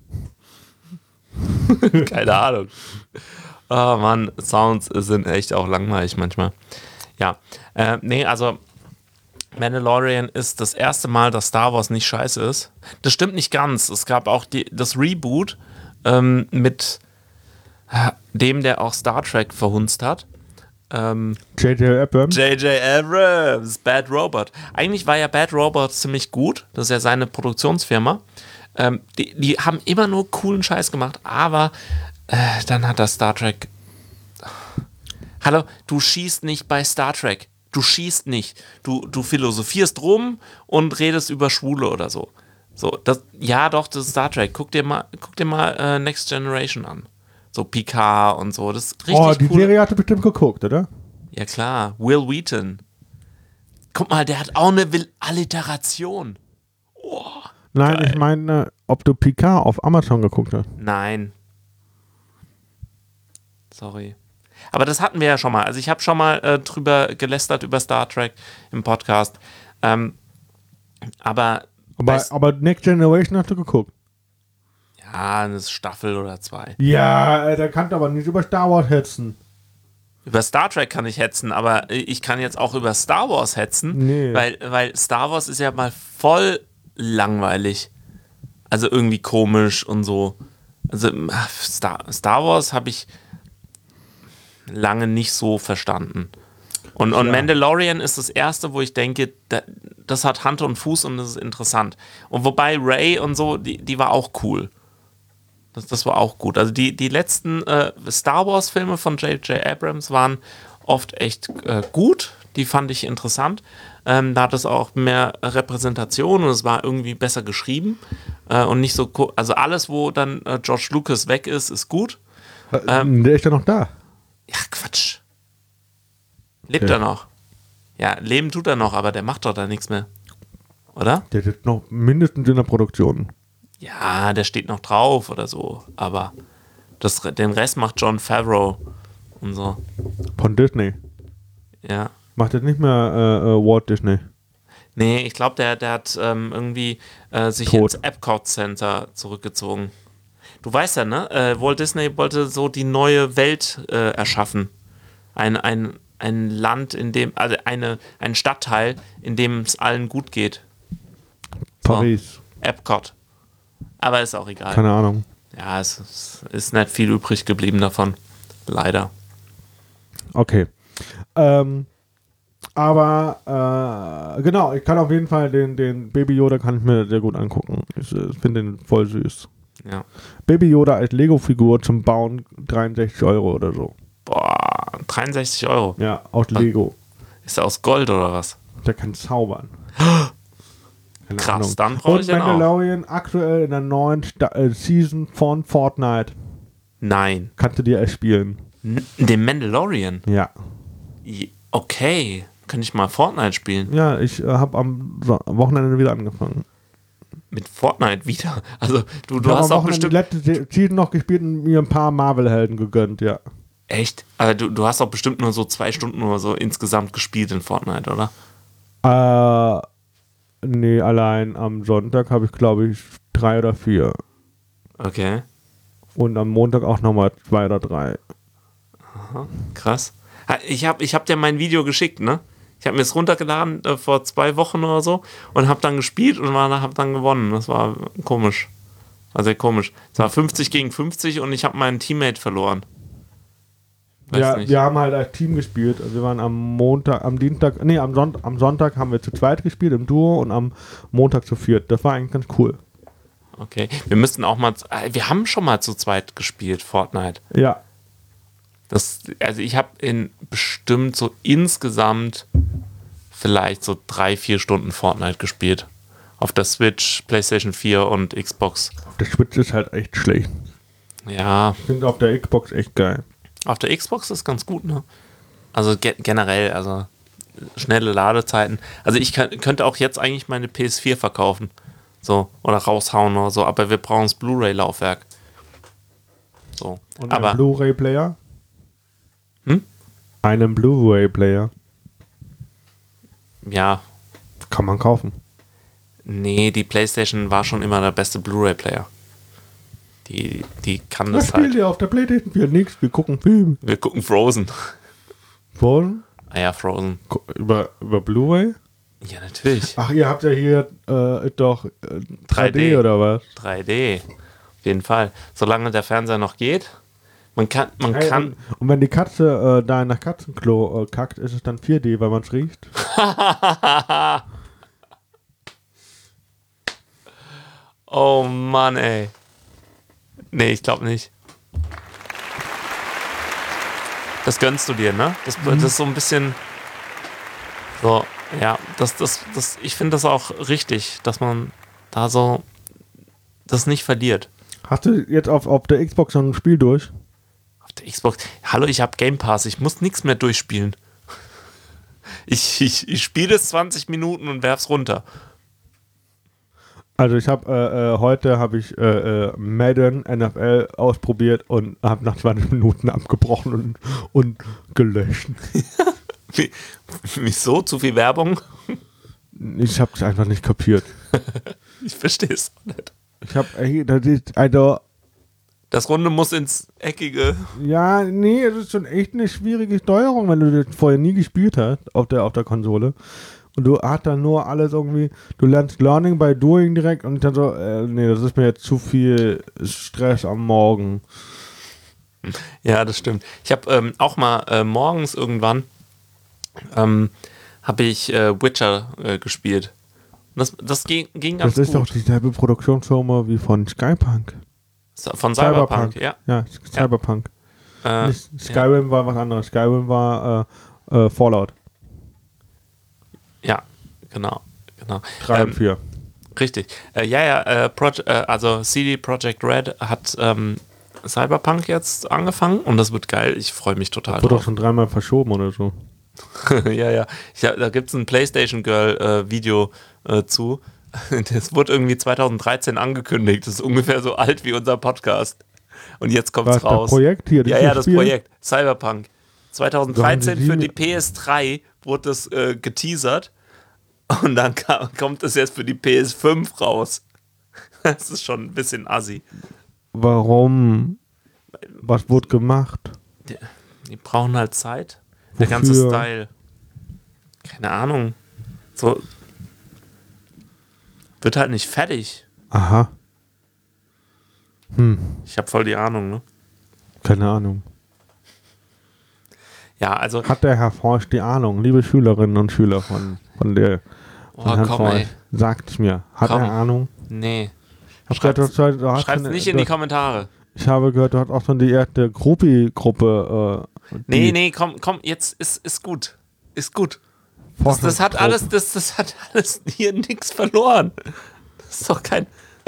Keine Ahnung. Oh Mann, Sounds sind echt auch langweilig manchmal. Ja, nee, also Mandalorian ist das erste Mal, dass Star Wars nicht scheiße ist. Das stimmt nicht ganz. Es gab auch das Reboot mit dem, der auch Star Trek verhunzt hat. J.J. Abrams? J.J. Abrams, Bad Robot. Eigentlich war ja Bad Robot ziemlich gut. Das ist ja seine Produktionsfirma. Die haben immer nur coolen Scheiß gemacht, aber dann hat das Star Trek... Hallo, du schießt nicht bei Star Trek. Du schießt nicht. Du philosophierst rum und redest über Schwule oder so. Das ist Star Trek. Guck dir mal Next Generation an. So Picard und so. Das ist richtig die cool. Serie hast du bestimmt geguckt, oder? Ja klar, Will Wheaton. Guck mal, der hat auch eine Alliteration. Oh, nein, geil. Ich meine, ob du Picard auf Amazon geguckt hast. Nein. Sorry. Aber das hatten wir ja schon mal. Also ich habe schon mal drüber gelästert über Star Trek im Podcast. Aber Next Generation hast du geguckt. ja, eine Staffel oder 2. Ja, da kannst du aber nicht über Star Wars hetzen. Über Star Trek kann ich hetzen, aber ich kann jetzt auch über Star Wars hetzen, Nee. weil Star Wars ist ja mal voll langweilig. Also irgendwie komisch und so. Also Star Wars habe ich lange nicht so verstanden. Und Mandalorian ist das erste, wo ich denke, das hat Hand und Fuß und das ist interessant. Und wobei Rey und so, die war auch cool. Das war auch gut. Also die letzten Star Wars Filme von J.J. Abrams waren oft echt gut. Die fand ich interessant. Da hat es auch mehr Repräsentation und es war irgendwie besser geschrieben. Und nicht so, also alles, wo dann George Lucas weg ist gut. Der ist ja noch da. Ja, Quatsch. Lebt er noch? Ja, leben tut er noch, aber der macht doch da nichts mehr. Oder? Der ist noch mindestens in der Produktion. Ja, der steht noch drauf oder so. Aber den Rest macht Jon Favreau und so. Von Disney. Ja. Macht jetzt nicht mehr Walt Disney. Nee, ich glaube, der hat irgendwie sich Tot. ins Epcot Center zurückgezogen. Du weißt ja, ne? Walt Disney wollte so die neue Welt erschaffen. Ein Land, in dem, also ein Stadtteil, in dem es allen gut geht. Paris. Epcot. Aber ist auch egal. Keine Ahnung. Ja, es ist nicht viel übrig geblieben davon. Leider. Okay. Aber genau, ich kann auf jeden Fall den Baby Yoda kann ich mir sehr gut angucken. Ich finde den voll süß. Ja. Baby Yoda als Lego-Figur zum Bauen 63 € oder so. Boah, 63 €. Ja, aus Lego. Ist er aus Gold oder was? Der kann zaubern. Keine Krass, Ahnung. dann brauche ich Und den auch. Mandalorian aktuell in der neuen Season von Fortnite. Nein. Kannst du dir erspielen. Den Mandalorian? Ja. Okay. Könnte ich mal Fortnite spielen? Ja, ich habe am Wochenende wieder angefangen. Mit Fortnite wieder? Also, du Ich hab hast am auch Wochenende bestimmt... die letzte Season noch gespielt und mir ein paar Marvel-Helden gegönnt, ja. Echt? Also, du hast auch bestimmt nur so 2 Stunden oder so insgesamt gespielt in Fortnite, oder? Nee, allein am Sonntag habe ich, glaube ich, 3 oder 4. Okay. Und am Montag auch nochmal 2 oder 3. Aha, krass. Ich hab dir mein Video geschickt, ne? Ich habe mir es runtergeladen vor 2 Wochen oder so und habe dann gespielt und habe dann gewonnen. Das war komisch. War sehr komisch. Es war 50 gegen 50 und ich habe meinen Teammate verloren. Ja, nicht. wir haben halt als Team gespielt. Also wir waren am Sonntag haben wir zu zweit gespielt im Duo und am Montag zu viert. Das war eigentlich ganz cool. Okay. Wir müssten auch mal. Wir haben schon mal zu zweit gespielt, Fortnite. Ja. Also ich habe in bestimmt so insgesamt vielleicht so 3-4 Stunden Fortnite gespielt. Auf der Switch, PlayStation 4 und Xbox. Auf der Switch ist halt echt schlecht. Ja. Ich finde auf der Xbox echt geil. Auf der Xbox ist ganz gut, ne? Also generell, also schnelle Ladezeiten. Also ich könnte auch jetzt eigentlich meine PS4 verkaufen. So, oder raushauen oder so, aber wir brauchen das Blu-ray-Laufwerk. So. Und aber einen Blu-ray-Player? Hm? Einen Blu-ray-Player. Ja. Kann man kaufen. Nee, die PlayStation war schon immer der beste Blu-ray-Player. Die kann das Was halt. spielt ihr auf der PlayStation 4? Nix, wir gucken Film. Wir gucken Frozen. Frozen? Ah ja, Frozen. Über Blu-ray? Ja, natürlich. Ach, ihr habt ja hier doch 3D oder was? 3D. Auf jeden Fall. Solange der Fernseher noch geht. Man kann. Und wenn die Katze da nach Katzenklo kackt, ist es dann 4D, weil man es riecht? Oh Mann, ey. Nee, ich glaube nicht. Das gönnst du dir, ne? Das ist so ein bisschen. So, ja, ich finde das auch richtig, dass man da so das nicht verliert. Hast du jetzt auf der Xbox schon ein Spiel durch? Auf der Xbox. Hallo, ich habe Game Pass, ich muss nichts mehr durchspielen. Ich spiele es 20 Minuten und werf's runter. Also ich habe heute Madden NFL ausprobiert und habe nach 20 Minuten abgebrochen und gelöscht. Wieso? Zu viel Werbung? Ich habe es einfach nicht kapiert. Ich verstehe es nicht. Ich habe Das Runde muss ins Eckige. Ja, nee, es ist schon echt eine schwierige Steuerung, wenn du das vorher nie gespielt hast auf der Konsole. Und du hast dann nur alles irgendwie, du lernst Learning by Doing direkt und dann so, nee, das ist mir jetzt zu viel Stress am Morgen. Ja, das stimmt. Ich habe auch mal morgens irgendwann habe ich Witcher gespielt. Und das ging ganz gut. Das ist doch dieselbe Produktionsfirma wie von Skypunk. Von Cyberpunk, ja. Ja, Cyberpunk. Skyrim war was anderes. Skyrim war Fallout. Ja, genau. 3 und 4. Richtig. Also CD Projekt Red hat Cyberpunk jetzt angefangen und das wird geil. Ich freue mich total drauf. Wurde doch schon 3-mal verschoben oder so. Ja. Da gibt es ein PlayStation Girl Video zu. Das wurde irgendwie 2013 angekündigt. Das ist ungefähr so alt wie unser Podcast. Und jetzt kommt es raus. Das Projekt hier? Das Projekt. Cyberpunk. 2013 für die PS3 wurde das geteasert. Und dann kommt es jetzt für die PS5 raus. Das ist schon ein bisschen assi. Warum? Was wurde gemacht? Die brauchen halt Zeit. Wofür? Der ganze Style. Keine Ahnung. So. Wird halt nicht fertig. Aha. Ich habe voll die Ahnung, ne? Keine Ahnung. Ja, also. Hat der Herr Forsch die Ahnung? Liebe Schülerinnen und Schüler von Herrn Forsch, sagt es mir. Hat er Ahnung? Nee. Schreibt's nicht in die Kommentare. Ich habe gehört, du hast auch schon die erste Gruppi-Gruppe. Nee, komm, jetzt ist gut. Ist gut. Das hat alles hier nichts verloren. Das ist doch kein.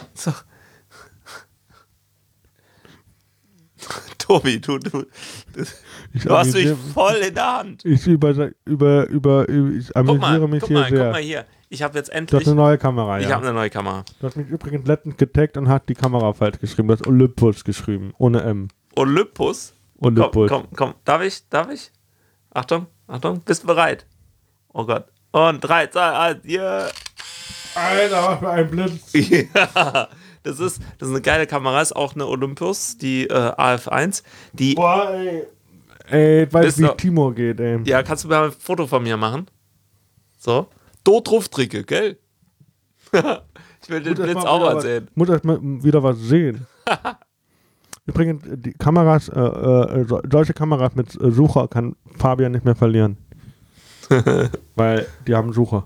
Tobi, du hast mich voll in der Hand. Ich amüsiere mich hier sehr. Guck mal hier. Ich habe jetzt endlich. Du hast eine neue Kamera, ja. Ich habe eine neue Kamera. Du hast mich übrigens letztens getaggt und hast die Kamera falsch geschrieben. Du hast Olympus geschrieben, ohne M. Olympus? Komm. Darf ich? Achtung. Bist du bereit? Oh Gott. Und 3, 2, 1, yeah. Alter, was für ein Blitz. Ja, das ist eine geile Kamera. Ist auch eine Olympus, die AF1. Boah, ey, ich weiß, wie Timo geht, ey. Ja, kannst du mal ein Foto von mir machen? So. Dort Ruftricke, gell? Ich will den Blitz auch mal sehen. Muss erst mal wieder was sehen. Übrigens, die Kameras, solche Kameras mit Sucher kann Fabian nicht mehr verlieren. Weil die haben Sucher.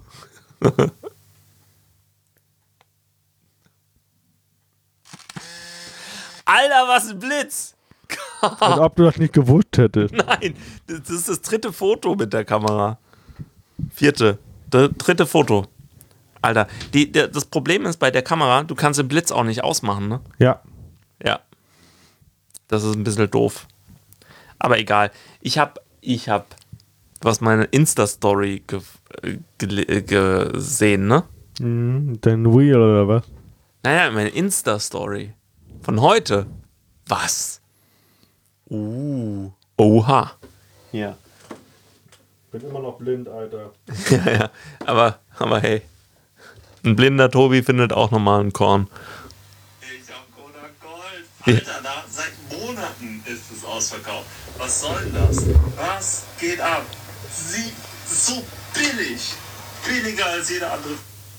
Alter, was ein Blitz! Als ob du das nicht gewusst hättest. Nein, das ist das 3. Foto mit der Kamera. 4. 3. Foto. Alter, das Problem ist bei der Kamera, du kannst den Blitz auch nicht ausmachen, ne? Ja. Ja. Das ist ein bisschen doof. Aber egal. Ich hab Du hast meine Insta-Story gesehen, ne? Dein Wheel oder was? Naja, meine Insta-Story. Von heute. Was? Oha. Ja. Bin immer noch blind, Alter. Ja. Aber hey. Ein blinder Tobi findet auch nochmal ein Korn. Ich hab Cola Gold. Alter, seit Monaten ist es ausverkauft. Was soll denn das? Was geht ab? Sie ist so billig. Billiger als jeder andere.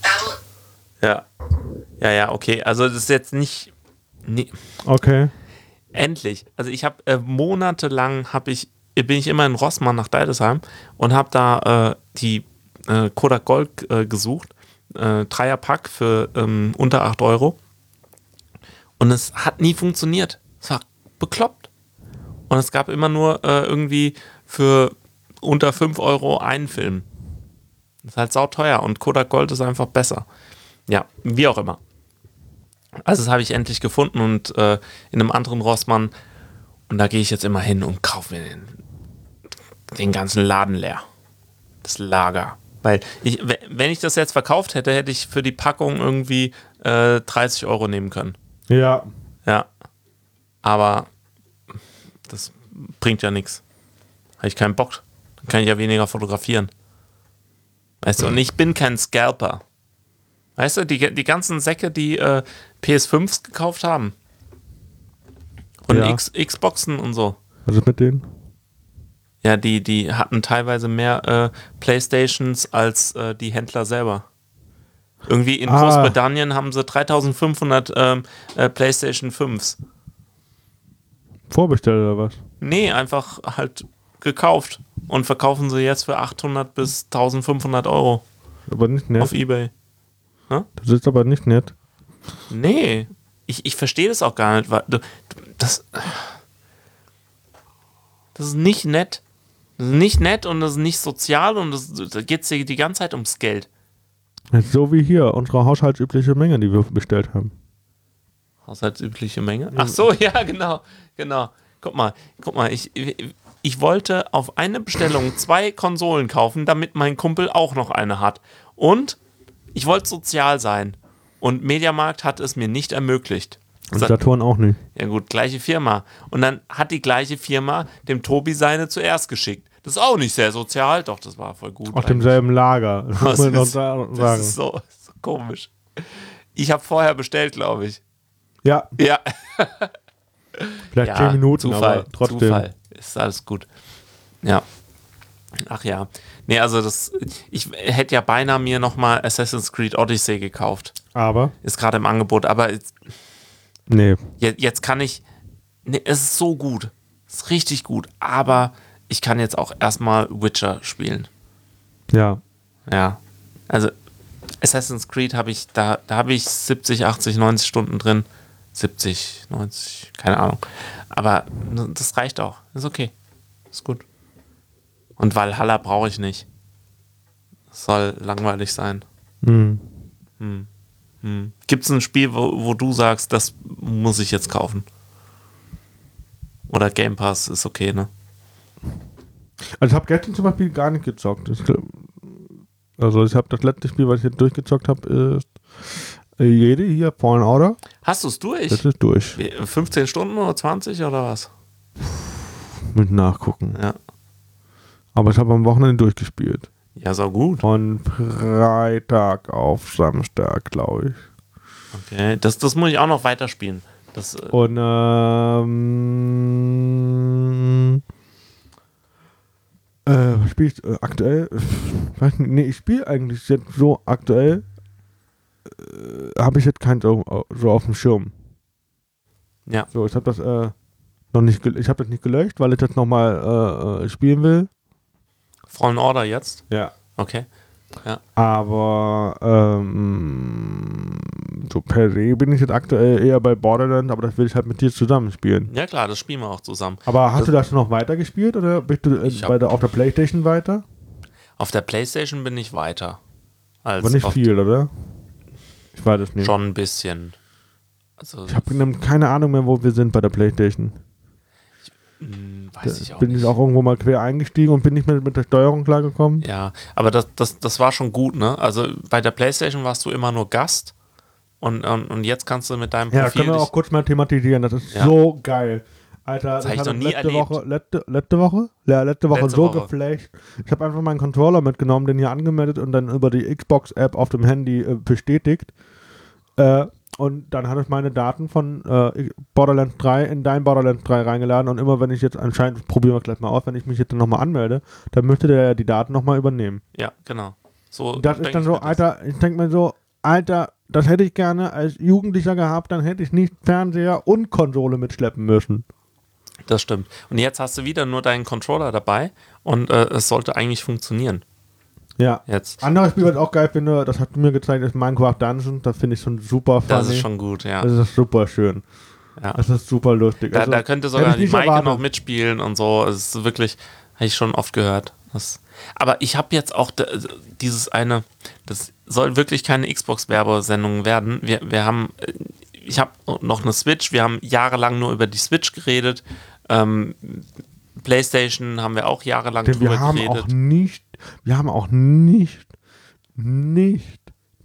Ja, okay. Also das ist jetzt nicht... Nee. Okay. Endlich. Also ich habe monatelang bin ich immer in Rossmann nach Deidesheim und habe da die Kodak Gold gesucht. Dreierpack für unter 8 Euro. Und es hat nie funktioniert. Es war bekloppt. Und es gab immer nur irgendwie für unter 5 Euro einen Film. Das ist halt sauteuer und Kodak Gold ist einfach besser. Ja, wie auch immer. Also das habe ich endlich gefunden und in einem anderen Rossmann. Und da gehe ich jetzt immer hin und kaufe mir den ganzen Laden leer. Das Lager. Weil wenn ich das jetzt verkauft hätte, hätte ich für die Packung irgendwie 30 Euro nehmen können. Ja. Ja. Aber das bringt ja nichts. Habe ich keinen Bock. Dann kann ich ja weniger fotografieren. Weißt du, und ich bin kein Scalper. Weißt du, die ganzen Säcke, die PS5s gekauft haben. Und Ja. Xboxen und so. Was ist mit denen? Ja, die hatten teilweise mehr Playstations als die Händler selber. Irgendwie in Großbritannien haben sie 3500 Playstation 5s. Vorbestellt oder was? Nee, einfach halt gekauft. Und verkaufen sie jetzt für 800 bis 1500 Euro Aber nicht nett. auf Ebay. Das ist aber nicht nett. Nee, ich verstehe das auch gar nicht. Weil das ist nicht nett. Das ist nicht nett und das ist nicht sozial und da geht es die ganze Zeit ums Geld. Das ist so wie hier, unsere haushaltsübliche Menge, die wir bestellt haben. Haushaltsübliche Menge? Ach so, ja, genau. Guck mal, ich wollte auf eine Bestellung 2 Konsolen kaufen, damit mein Kumpel auch noch eine hat. Und ich wollte sozial sein. Und Mediamarkt hat es mir nicht ermöglicht. Und Saturn auch nicht. Ja gut, gleiche Firma. Und dann hat die gleiche Firma dem Tobi seine zuerst geschickt. Das ist auch nicht sehr sozial. Doch, das war voll gut. Auf demselben Lager. Das muss man noch Das sagen. ist so komisch. Ich habe vorher bestellt, glaube ich. Ja, Ja. vielleicht 10 Minuten, aber trotzdem. Zufall. Ist alles gut. Ja. Ach ja. Nee, also ich hätte ja beinahe mir nochmal Assassin's Creed Odyssey gekauft. Aber? Ist gerade im Angebot, aber Nee. jetzt kann ich, nee, es ist so gut. Es ist richtig gut, aber ich kann jetzt auch erstmal Witcher spielen. Ja. Ja. Also Assassin's Creed habe ich, da habe ich 70, 80, 90 Stunden drin. 70, 90, keine Ahnung. Aber das reicht auch. Ist okay. Ist gut. Und Valhalla brauche ich nicht. Es soll langweilig sein. Gibt es ein Spiel, wo du sagst, das muss ich jetzt kaufen? Oder Game Pass ist okay, ne? Also ich habe gestern zum Beispiel gar nicht gezockt. Also ich habe das letzte Spiel, was ich jetzt durchgezockt habe, ist Jede hier, Fallen Order. Hast du es durch? Das ist durch. 15 Stunden oder 20 oder was? Mit Nachgucken. Ja. Aber ich habe am Wochenende durchgespielt. Ja, so gut. Von Freitag auf Samstag, glaube ich. Okay, das muss ich auch noch weiterspielen. Und was spiele ich aktuell? Weiß nicht, nee, ich spiele eigentlich jetzt so aktuell. Habe ich jetzt keinen so auf dem Schirm. Ja. So, ich habe das noch nicht, ich habe das nicht gelöscht, weil ich das nochmal spielen will. Fallen Order jetzt? Ja. Okay. Ja. Aber so per se bin ich jetzt aktuell eher bei Borderlands, aber das will ich halt mit dir zusammen spielen. Ja klar, das spielen wir auch zusammen. Aber hast du das noch weiter gespielt oder bist du auf der Playstation weiter? Auf der Playstation bin ich weiter. Aber nicht viel, oder? Ich weiß es nicht. Schon ein bisschen. Also ich habe keine Ahnung mehr, wo wir sind bei der Playstation. Weiß ich auch bin nicht. ich auch irgendwo mal quer eingestiegen und bin nicht mehr mit der Steuerung klargekommen. Ja, aber das war schon gut, ne? Also bei der PlayStation warst du immer nur Gast und jetzt kannst du mit deinem Ja, Profil können wir auch kurz mal thematisieren. Das ist Ja. so geil. Alter, das hab ich hat noch uns nie letzte erlebt. Woche? Letzte Woche? Ja, letzte Woche Letzte so Woche. geflasht. Ich habe einfach meinen Controller mitgenommen, den hier angemeldet und dann über die Xbox-App auf dem Handy bestätigt. Und dann hat es meine Daten von Borderlands 3 in dein Borderlands 3 reingeladen und immer wenn ich jetzt anscheinend, probieren wir gleich mal aus, wenn ich mich jetzt dann nochmal anmelde, dann möchte der ja die Daten nochmal übernehmen. Ja, genau. So Und das ist denk dann ich so, mir das. Alter, ich denke mir so, Alter, das hätte ich gerne als Jugendlicher gehabt, dann hätte ich nicht Fernseher und Konsole mitschleppen müssen. Das stimmt. Und jetzt hast du wieder nur deinen Controller dabei und es sollte eigentlich funktionieren. Ja. Jetzt. Anderes Spiel, was ich auch geil finde, das hast du mir gezeigt, ist Minecraft Dungeon. Das finde ich schon super funny. Das ist schon gut, ja. Das ist super schön. Ja. Das ist super lustig. Da, Also, da könnte hätte sogar ich die nicht Maike erwartet. noch mitspielen und so. Es ist wirklich, habe ich schon oft gehört. Aber ich habe jetzt auch dieses eine, das soll wirklich keine Xbox-Werbesendung werden. Ich habe noch eine Switch, wir haben jahrelang nur über die Switch geredet. PlayStation haben wir auch jahrelang Denn drüber wir haben geredet. auch nicht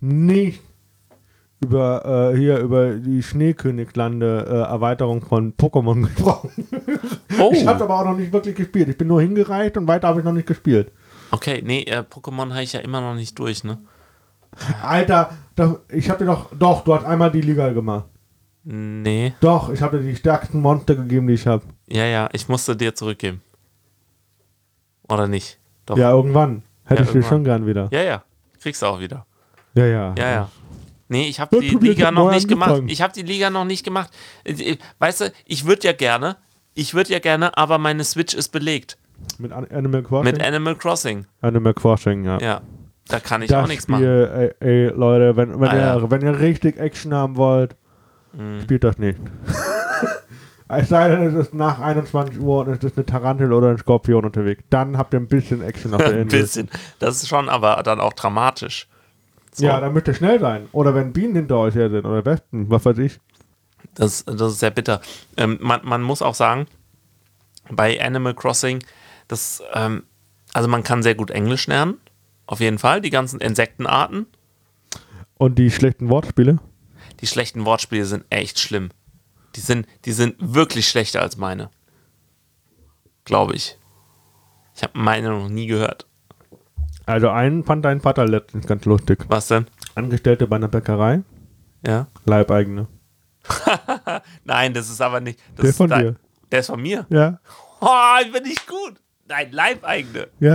über die Schneeköniglande Erweiterung von Pokémon gesprochen. Oh, Ich habe aber auch noch nicht wirklich gespielt. Ich bin nur hingereicht und weiter habe ich noch nicht gespielt. okay, nee, Pokémon habe ich ja immer noch nicht durch, ne? Alter, ich habe dir doch, du hast einmal die Liga gemacht. Nee, Doch, ich habe dir die stärksten Monster gegeben, die ich habe. ja, ich musste dir zurückgeben. Oder nicht? Doch. Ja, irgendwann. Hätte Ja, ich dir irgendwann. schon gern wieder. Ja, kriegst du auch wieder. Ja, ja. Ja. Nee, ich habe Ja, die Tobi, ich Liga hab noch neu nicht gemacht. angefangen. Ich habe die Liga noch nicht gemacht. Weißt du, ich würde ja gerne, aber meine Switch ist belegt. Mit Animal Crossing? Mit Animal Crossing. Animal Crossing, ja. Ja, da kann ich auch Das nichts machen. Spiel, ey, Leute, wenn ja. wenn ihr richtig Action haben wollt, spielt das nicht. Es sei denn, es ist nach 21 Uhr und es ist eine Tarantel oder ein Skorpion unterwegs. Dann habt ihr ein bisschen Action auf der Ein Insel. bisschen. Das ist schon aber dann auch dramatisch. So, Ja, dann müsst ihr schnell sein. Oder wenn Bienen hinter euch her sind oder Wespen, was weiß ich. das ist sehr bitter. Man muss auch sagen, bei Animal Crossing, also man kann sehr gut Englisch lernen. Auf jeden Fall. Die ganzen Insektenarten. Und die schlechten Wortspiele? Die schlechten Wortspiele sind echt schlimm. Die sind wirklich schlechter als meine. Glaube ich. Ich habe meine noch nie gehört. Also einen fand dein Vater letztens ganz lustig. Was denn? Angestellte bei einer Bäckerei, Ja? Leibeigene. Nein, das ist aber nicht. Das Der ist von dir. Der ist von mir. Ja, Oh, ich bin nicht gut. Nein, Leibeigene. ja,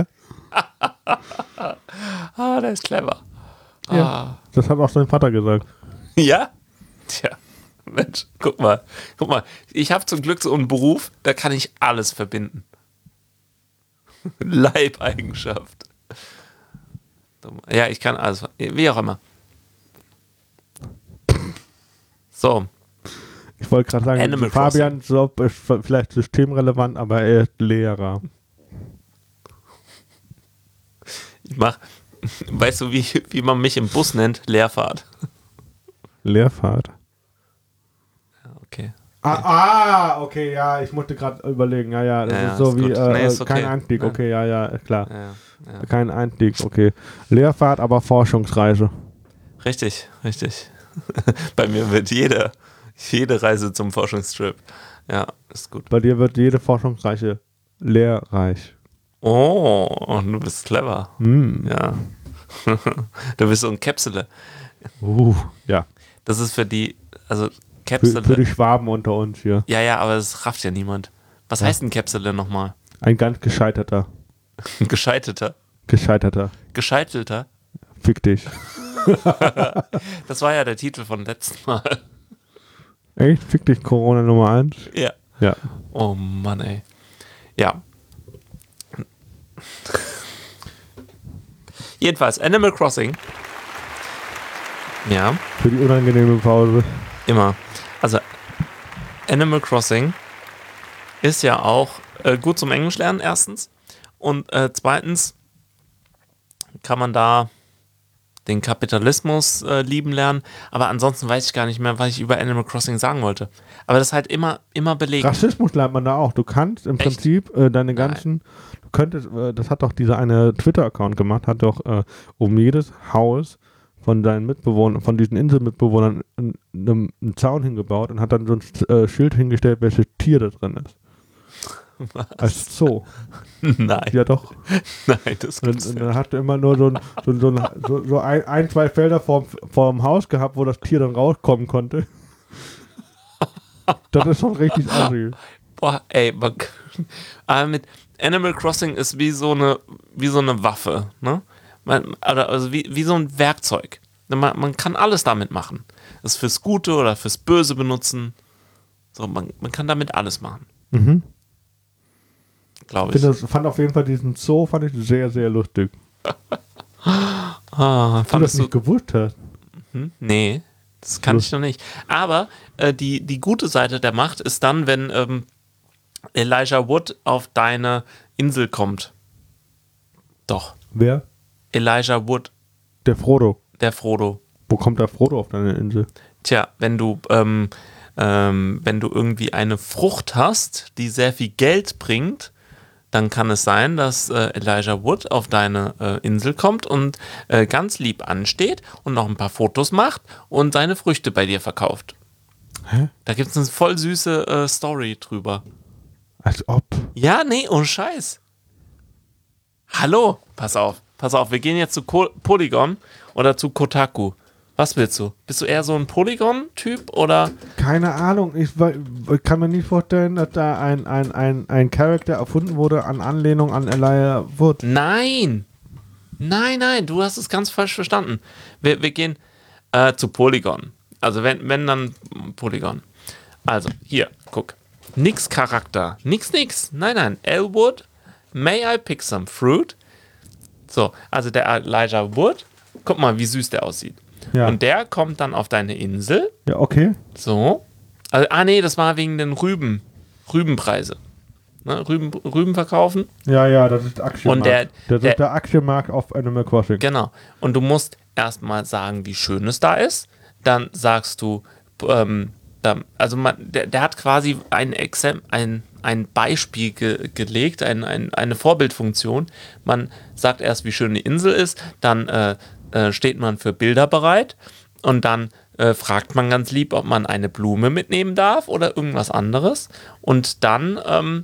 Der ist clever. ja. Das hat auch sein Vater gesagt. Ja? Tja, Mensch, guck mal. Ich habe zum Glück so einen Beruf, da kann ich alles verbinden. Leibeigenschaft. Ja, ich kann alles, wie auch immer. So, Ich wollte gerade sagen, Animal Fabians Job ist vielleicht systemrelevant, aber er ist Lehrer. weißt du, wie man mich im Bus nennt? Leerfahrt. Lehrfahrt. Okay. Okay, ja, ich musste gerade überlegen. Ja, das Ja, ist so ist wie gut. Nee, ist okay. kein Einstieg. Ja. Okay, ja, ist klar. Ja. Kein Einstieg, okay. Lehrfahrt, aber Forschungsreise. Richtig. Bei mir wird jede Reise zum Forschungstrip. Ja, ist gut. Bei dir wird jede Forschungsreise lehrreich. Oh, du bist clever. Ja. Du bist so ein Käpsele. Ja. Das ist für die, also Für Käpsele. die Schwaben unter uns hier. Ja, aber das rafft ja niemand. Was heißt ein Käpsele nochmal? Ein ganz gescheiterter. Gescheitelter. Gescheitelter? Fick dich. Das war ja der Titel von letzten Mal. Echt? Fick dich, Corona Nummer 1? Ja. Ja. Oh Mann, ey. Ja. Jedenfalls, Animal Crossing. Ja, Für die unangenehme Pause. immer. Also, Animal Crossing ist ja auch gut zum Englisch lernen, erstens. Und zweitens kann man da den Kapitalismus lieben lernen. Aber ansonsten weiß ich gar nicht mehr, was ich über Animal Crossing sagen wollte. Aber das ist halt immer belegt. Rassismus lernt man da auch. Du kannst im Prinzip deine ganzen, du könntest, das hat doch dieser eine Twitter-Account gemacht, hat doch um jedes Haus von deinen Mitbewohnern, von diesen Inselmitbewohnern einen Zaun hingebaut und hat dann so ein Schild hingestellt, welches Tier da drin ist. Was? Als Zoo. Nein. Ja doch. Nein, das gibt's Und dann hast du immer nur so ein, zwei Felder vorm Haus gehabt, wo das Tier dann rauskommen konnte. Das ist schon richtig assi. Boah, ey, aber mit Animal Crossing ist wie so eine Waffe, ne? Also wie so ein Werkzeug. Man kann alles damit machen. Das fürs Gute oder fürs Böse benutzen. So, man kann damit alles machen. Mhm. Glaube ich. Fand auf jeden Fall diesen Zoo fand ich sehr, sehr lustig. Fandest du das nicht gewusst hast? Nee, das kann ich noch nicht. Aber die gute Seite der Macht ist dann, wenn Elijah Wood auf deine Insel kommt. Doch. Wer? Elijah Wood. Der Frodo. Der Frodo. Wo kommt der Frodo auf deine Insel? Tja, wenn du irgendwie eine Frucht hast, die sehr viel Geld bringt, dann kann es sein, dass Elijah Wood auf deine Insel kommt und ganz lieb ansteht und noch ein paar Fotos macht und seine Früchte bei dir verkauft. Hä? Da gibt es eine voll süße Story drüber. Als ob. Ja, nee, oh Scheiß. Hallo, pass auf, wir gehen jetzt zu Polygon oder zu Kotaku. Was willst du? Bist du eher so ein Polygon-Typ oder? Keine Ahnung. Ich kann mir nicht vorstellen, dass da ein Charakter erfunden wurde an Anlehnung an Elijah Wood. Nein, du hast es ganz falsch verstanden. Wir gehen zu Polygon. Also wenn dann Polygon. Also hier, guck. Nix Charakter. Nix. Nein. Elwood, may I pick some fruit? So, also der Elijah Wood. Guck mal, wie süß der aussieht. Ja. Und der kommt dann auf deine Insel. Ja, okay. So. Also, nee, das war wegen den Rübenpreise. Ne? Rüben verkaufen. Ja, das ist der Aktienmarkt. Und das ist der Aktienmarkt auf Animal Crossing. Genau. Und du musst erstmal sagen, wie schön es da ist. Dann sagst du, der hat quasi ein Beispiel gelegt, eine Vorbildfunktion. Man sagt erst, wie schön die Insel ist, dann steht man für Bilder bereit und dann fragt man ganz lieb, ob man eine Blume mitnehmen darf oder irgendwas anderes. Und dann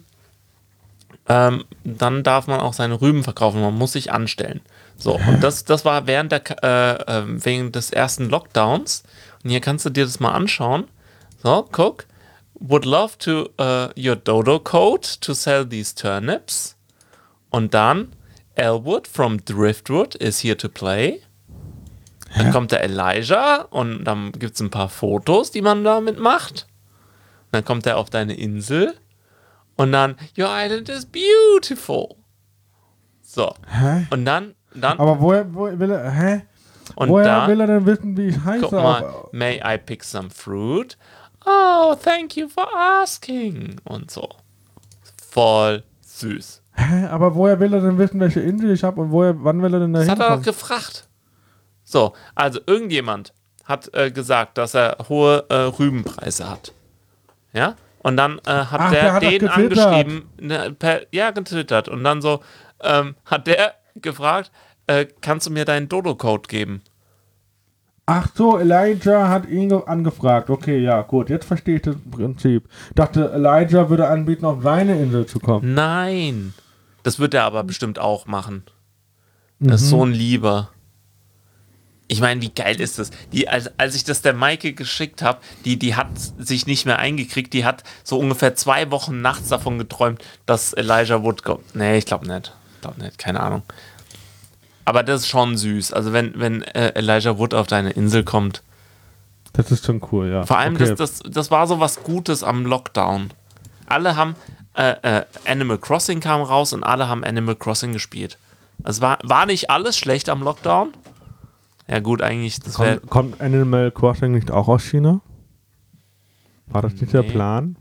darf man auch seine Rüben verkaufen. Man muss sich anstellen. So, und das war wegen des ersten Lockdowns. Und hier kannst du dir das mal anschauen. So, guck. Would love to your Dodo code to sell these turnips. Und dann Elwood from Driftwood is here to play. Dann kommt der Elijah und dann gibt es ein paar Fotos, die man damit macht. Dann kommt er auf deine Insel und dann, your island is beautiful. So. Hä? Und dann. Aber woher will er, hä? Und woher will er denn wissen, wie ich heiße? Guck mal, may I pick some fruit? Oh, thank you for asking. Und so. Voll süß. Hä? Aber woher will er denn wissen, welche Insel ich habe und wann will er denn da Das hat er doch hinkommen? gefragt. So, also irgendjemand hat gesagt, dass er hohe Rübenpreise hat. Ja? Und dann hat der den angeschrieben, getwittert. Und dann so hat der gefragt, kannst du mir deinen Dodo-Code geben? Ach so, Elijah hat ihn angefragt. Okay, ja, gut, jetzt verstehe ich das Prinzip. Dachte, Elijah würde anbieten, auf seine Insel zu kommen. Nein. Das wird er aber bestimmt auch machen. Das ist so ein Lieber. Ich meine, wie geil ist das? Als ich das der Maike geschickt habe, die hat sich nicht mehr eingekriegt, die hat so ungefähr 2 Wochen nachts davon geträumt, dass Elijah Wood kommt. Nee, ich glaube nicht. Keine Ahnung. Aber das ist schon süß. Also wenn Elijah Wood auf deine Insel kommt. Das ist schon cool, ja. Vor allem, okay. das war so was Gutes am Lockdown. Alle haben Animal Crossing kam raus und alle haben Animal Crossing gespielt. Es war nicht alles schlecht am Lockdown. Ja gut, eigentlich. Kommt Animal Crossing nicht auch aus China? War das nicht der Plan?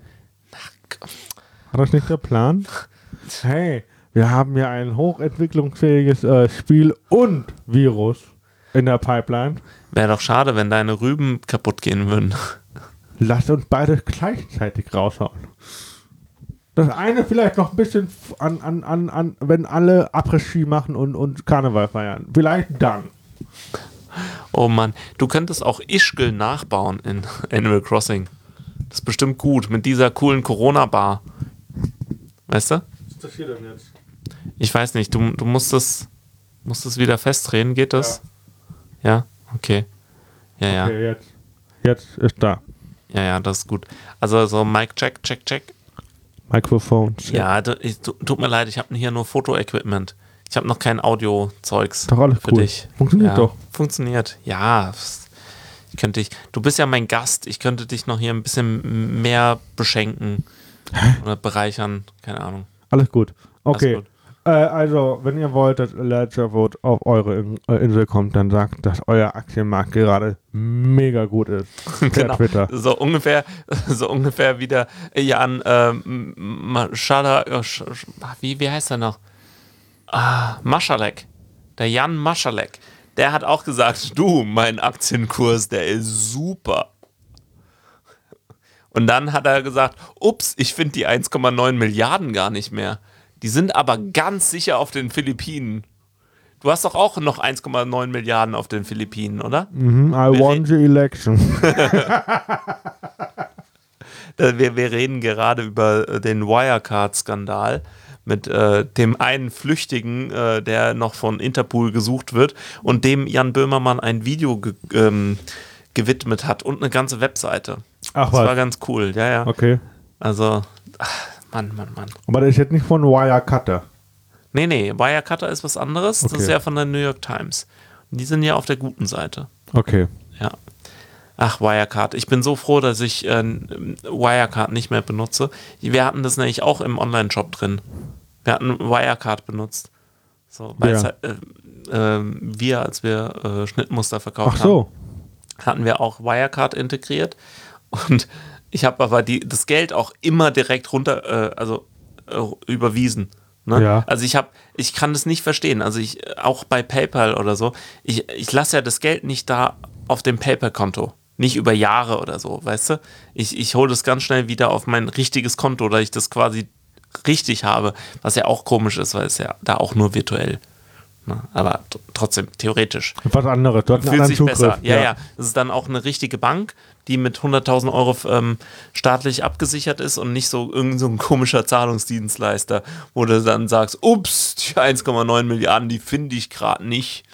War das nicht der Plan? Hey, wir haben ja ein hochentwicklungsfähiges Spiel und Virus. in der Pipeline. Wäre doch schade, wenn deine Rüben kaputt gehen würden. Lass uns beide gleichzeitig raushauen. Das eine vielleicht noch ein bisschen an wenn alle Après-Ski machen und Karneval feiern. Vielleicht dann. Oh Mann, du könntest auch Ischgl nachbauen in Animal Crossing. Das ist bestimmt gut, mit dieser coolen Corona-Bar. Weißt du? Was ist das hier denn jetzt? Ich weiß nicht, du musst es wieder festdrehen, geht das? Ja? Okay. Ja. Okay, jetzt ist da. Ja, das ist gut. Also so Mic check. Mikrofon. Ja, tut mir leid, ich habe hier nur Foto-Equipment. Ich habe noch kein Audio-Zeugs Doch alles für cool. dich. Funktioniert doch. Funktioniert, ja. Du bist ja mein Gast, ich könnte dich noch hier ein bisschen mehr beschenken oder bereichern, keine Ahnung. Alles gut. Okay. Alles gut. Also, wenn ihr wollt, dass Ledger Vote auf eure Insel kommt, dann sagt, dass euer Aktienmarkt gerade mega gut ist. Per Genau. Twitter. So ungefähr wie der Jan wie heißt er noch? Maschalek. Der Jan Maschalek. Der hat auch gesagt, du, mein Aktienkurs, der ist super. Und dann hat er gesagt, ups, ich finde die 1,9 Milliarden gar nicht mehr. Die sind aber ganz sicher auf den Philippinen. Du hast doch auch noch 1,9 Milliarden auf den Philippinen, oder? I won the election. Wir reden gerade über den Wirecard-Skandal mit dem einen Flüchtigen, der noch von Interpol gesucht wird und dem Jan Böhmermann ein Video gewidmet hat und eine ganze Webseite. Ach Das was. war ganz cool, ja. Okay. Also, Mann. Aber das ist jetzt nicht von Wirecutter. Nee, Wirecutter ist was anderes. Okay. Das ist ja von der New York Times. Und die sind ja auf der guten Seite. Okay. Ja. Ach, Wirecard. Ich bin so froh, dass ich Wirecard nicht mehr benutze. Wir hatten das nämlich auch im Online-Shop drin. Wir hatten Wirecard benutzt. So, weil Ja. wir, als wir Schnittmuster verkauft Ach so. hatten wir auch Wirecard integriert. Und ich habe aber das Geld auch immer direkt überwiesen. Ne? Ja. Also ich kann das nicht verstehen. Also auch bei PayPal oder so, ich lasse ja das Geld nicht da auf dem PayPal-Konto. Nicht über Jahre oder so, weißt du? Ich hole das ganz schnell wieder auf mein richtiges Konto, da ich das quasi richtig habe, was ja auch komisch ist, weil es ja da auch nur virtuell. Ne? Aber trotzdem, theoretisch. Was anderes. Du hast einen Fühlt anderen sich Zugriff. besser. Ja. Das ist dann auch eine richtige Bank, die mit 100.000 Euro staatlich abgesichert ist und nicht so irgend so ein komischer Zahlungsdienstleister, wo du dann sagst, ups, die 1,9 Milliarden, die finde ich gerade nicht.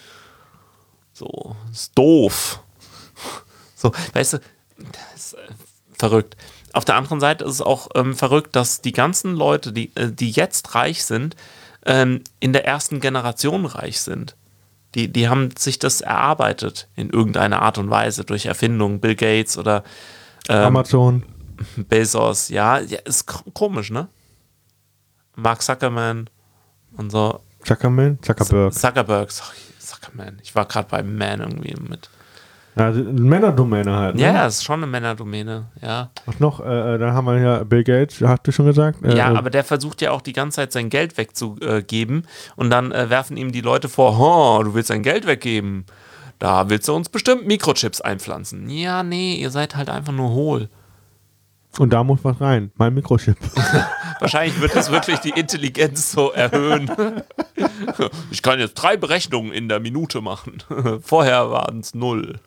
So, ist doof. So, weißt du, das ist verrückt. Auf der anderen Seite ist es auch verrückt, dass die ganzen Leute, die jetzt reich sind, in der ersten Generation reich sind. Die haben sich das erarbeitet in irgendeiner Art und Weise durch Erfindungen, Bill Gates oder Amazon. Bezos. Ja, ist komisch, ne? Mark Zuckerman und so. Zuckerberg. Zuckerman. Ich war gerade bei Man irgendwie mit. Ja, also Männerdomäne halt. Ne? Ja, ist schon eine Männerdomäne, ja. Was noch? Dann haben wir ja Bill Gates, hast du schon gesagt? Ja, aber der versucht ja auch die ganze Zeit sein Geld wegzugeben und dann werfen ihm die Leute vor, du willst dein Geld weggeben, da willst du uns bestimmt Mikrochips einpflanzen. Ja, nee, ihr seid halt einfach nur hohl. Und da muss was rein. Mein Mikrochip. Wahrscheinlich wird das wirklich die Intelligenz so erhöhen. Ich kann jetzt 3 Berechnungen in der Minute machen. Vorher waren es 0.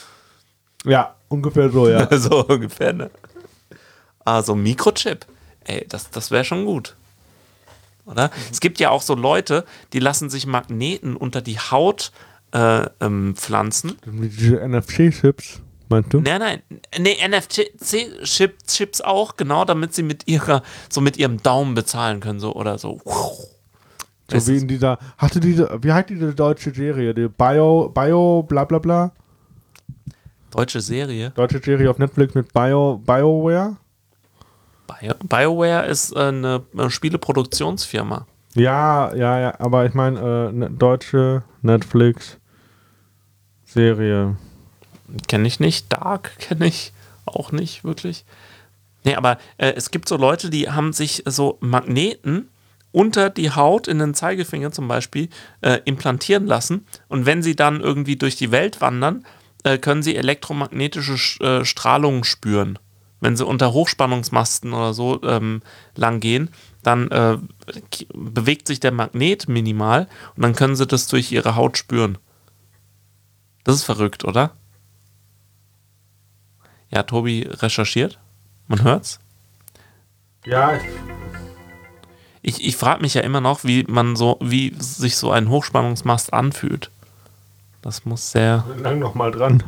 Ja, ungefähr so, ja. So ungefähr, ne? Also Mikrochip. Ey, das wäre schon gut. Oder? Es gibt ja auch so Leute, die lassen sich Magneten unter die Haut pflanzen. Diese NFC-Chips, meinst du? Nein, NFC-Chips auch, genau, damit sie mit ihrem Daumen bezahlen können, so oder so. So wie in dieser, wie heißt diese deutsche Serie? Die Bio, bla bla bla? Deutsche Serie? Deutsche Serie auf Netflix mit BioWare? BioWare ist eine Spieleproduktionsfirma. Ja, aber ich meine, deutsche Netflix-Serie. Kenne ich nicht. Dark kenne ich auch nicht, wirklich. Nee, aber es gibt so Leute, die haben sich so Magneten unter die Haut in den Zeigefinger zum Beispiel implantieren lassen. Und wenn sie dann irgendwie durch die Welt wandern, können sie elektromagnetische Strahlung spüren. Wenn sie unter Hochspannungsmasten oder so lang gehen, dann bewegt sich der Magnet minimal und dann können sie das durch ihre Haut spüren. Das ist verrückt, oder? Ja, Tobi recherchiert. Man hört's. Ja, Ich frage mich ja immer noch, wie sich so ein Hochspannungsmast anfühlt. Das muss sehr... lang noch mal dran.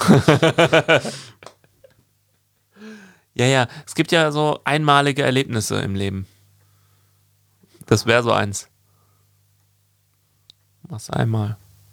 Ja, es gibt ja so einmalige Erlebnisse im Leben. Das wäre so eins. Was einmal.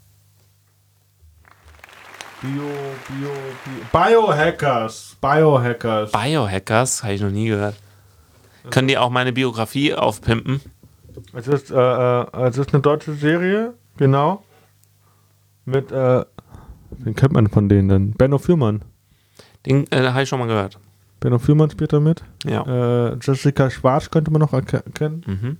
Biohackers. Biohackers, habe ich noch nie gehört. Können die auch meine Biografie aufpimpen? Es ist eine deutsche Serie, genau. Mit, wen kennt man von denen denn? Benno Fürmann. Den habe ich schon mal gehört. Benno Fürmann spielt da mit. Ja. Jessica Schwarz könnte man noch erkennen. Mhm.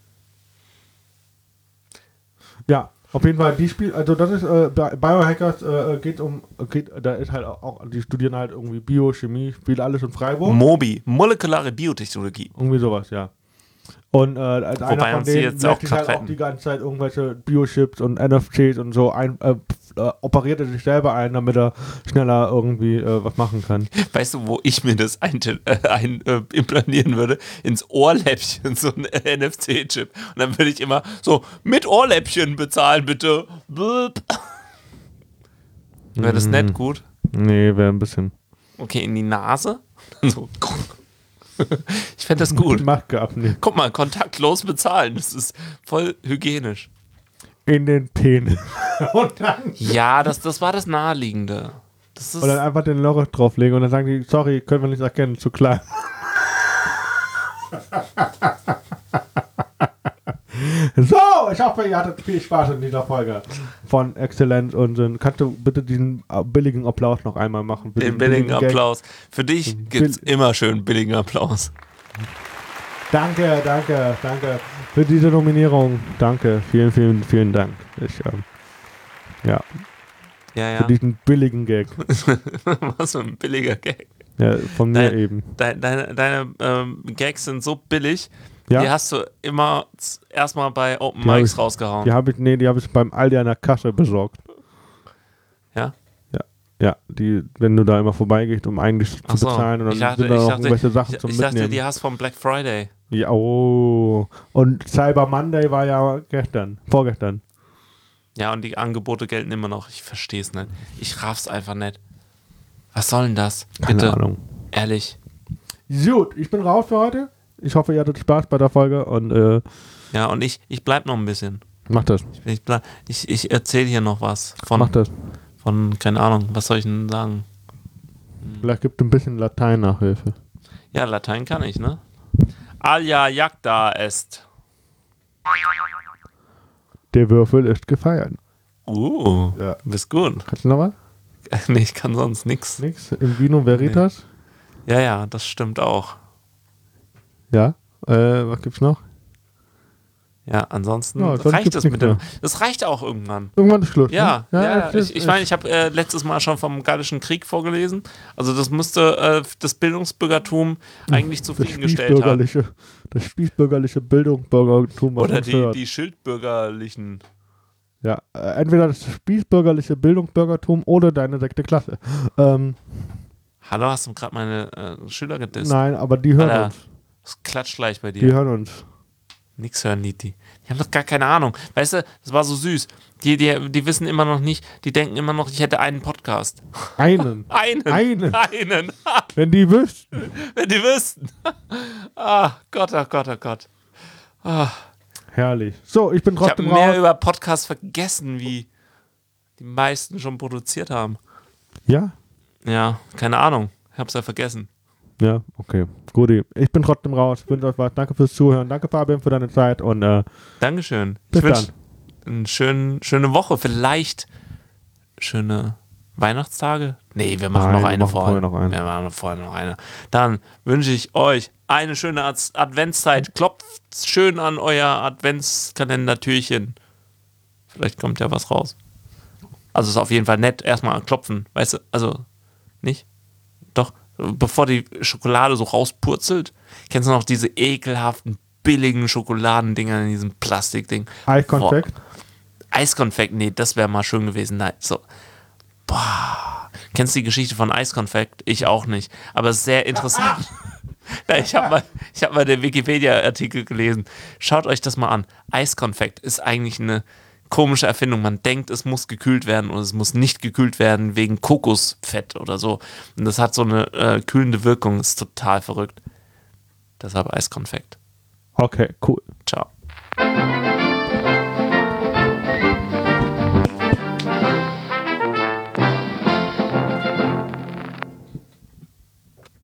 Ja, auf jeden Fall, die spielt, also das ist, Biohackers da ist halt auch, die studieren halt irgendwie Biochemie, spielt alles in Freiburg. MOBI, molekulare Biotechnologie. Irgendwie sowas, ja. Und als Wobei einer von uns die denen jetzt auch lässt sich halt auch retten. die ganze Zeit irgendwelche Biochips und NFTs und so operiert er sich selber ein, damit er schneller irgendwie was machen kann. Weißt du, wo ich mir das implantieren würde? Ins Ohrläppchen, so ein NFC-Chip. Und dann würde ich immer so, mit Ohrläppchen bezahlen, bitte. Wäre das nicht gut? Nee, wäre ein bisschen. Okay, in die Nase? So. Ich fände das gut. Maske abnehmen. Guck mal, kontaktlos bezahlen. Das ist voll hygienisch. In den Penis. Und dann. Ja, das war das Naheliegende. Das ist Und dann einfach den Loch drauflegen und dann sagen die, sorry, können wir nicht erkennen, zu klein. So, ich hoffe, ihr hattet viel Spaß in dieser Folge von Exzellenz und kannst du bitte diesen billigen Applaus noch einmal machen? den billigen Applaus. Für dich gibt es immer schön billigen Applaus. Danke für diese Nominierung. Danke, vielen Dank. Für diesen billigen Gag. Was für ein billiger Gag. Ja, von mir eben. Deine Gags sind so billig, Ja. die hast du immer erstmal bei Open Mics rausgehauen. Die habe ich beim Aldi an der Kasse besorgt. Ja? Ja, wenn du da immer vorbeigehst, um eigentlich zu bezahlen und dann sind da noch irgendwelche Sachen zum Mitnehmen. Ich dachte, die hast vom Black Friday. Ja, oh. Und Cyber Monday war ja vorgestern. Ja, und die Angebote gelten immer noch. Ich verstehe es nicht. Ich raff's einfach nicht. Was soll denn das? Keine Bitte. Ahnung. Ehrlich. Gut, ich bin raus für heute. Ich hoffe, ihr hattet Spaß bei der Folge und Ja, und ich bleib noch ein bisschen. mach das. Ich erzähle hier noch was Mach das. von, keine Ahnung, was soll ich denn sagen? Vielleicht gibt es ein bisschen Latein-Nachhilfe. Ja, Latein kann ich, ne? Alia jacta est. Der Würfel ist gefeiert. Ja. Bist gut. Kannst du noch was? Nee, ich kann sonst nix. Nix? In Vino Veritas? Ja, das stimmt auch. Ja. Was gibt's noch? Ja, ansonsten Ja, sonst reicht gibt's es nichts mit dem. mehr. Das reicht auch irgendwann. Irgendwann ist Schluss. Ja, ne? ja. Ich meine, ich habe letztes Mal schon vom Gallischen Krieg vorgelesen. Also das müsste das Bildungsbürgertum eigentlich zufriedengestellt haben. Das spießbürgerliche Bildungsbürgertum. was Oder uns hört. die Schildbürgerlichen. Ja, entweder das spießbürgerliche Bildungsbürgertum oder deine 6. Klasse. Hallo, hast du gerade meine Schüler gedisst? Nein, aber die hören Alter, uns. das klatscht gleich bei Die dir. hören uns. Nix hören die haben doch gar keine Ahnung. Weißt du, das war so süß. Die wissen immer noch nicht, die denken immer noch, ich hätte einen Podcast. Einen. Einen. Wenn die wüssten. Wenn die wüssten. Ah, Gott, oh Gott, oh Gott. Ah. Herrlich. So, ich bin Ich habe trotzdem mehr raus. über Podcasts vergessen, wie die meisten schon produziert haben. Ja? Ja, keine Ahnung. Ich hab's ja vergessen. Ja, okay. Guti. Ich bin trotzdem raus. Wünsche euch was. Danke fürs Zuhören. Danke, Fabian, für deine Zeit. Und Dankeschön. bis Ich wünsche dann. eine schöne Woche. Vielleicht schöne Weihnachtstage. Nee, wir machen Nein, noch wir eine machen vorher. vorher noch eine. Wir machen vorher noch eine. Dann wünsche ich euch eine schöne Adventszeit. Klopft schön an euer Adventskalender-Türchen. Vielleicht kommt ja was raus. Also ist auf jeden Fall nett, erstmal klopfen, weißt du, also nicht? Doch, bevor die Schokolade so rauspurzelt. Kennst du noch diese ekelhaften, billigen Schokoladendinger in diesem Plastikding? Eiskonfekt? Eiskonfekt, nee, das wäre mal schön gewesen. Nein, so. Boah. Kennst du die Geschichte von Eiskonfekt? Ich auch nicht, aber es ist sehr interessant. Ich habe mal den Wikipedia-Artikel gelesen. Schaut euch das mal an. Eiskonfekt ist eigentlich eine komische Erfindung. Man denkt, es muss gekühlt werden und es muss nicht gekühlt werden wegen Kokosfett oder so. Und das hat so eine kühlende Wirkung. Ist total verrückt. Deshalb Eiskonfekt. Okay, cool. Ciao.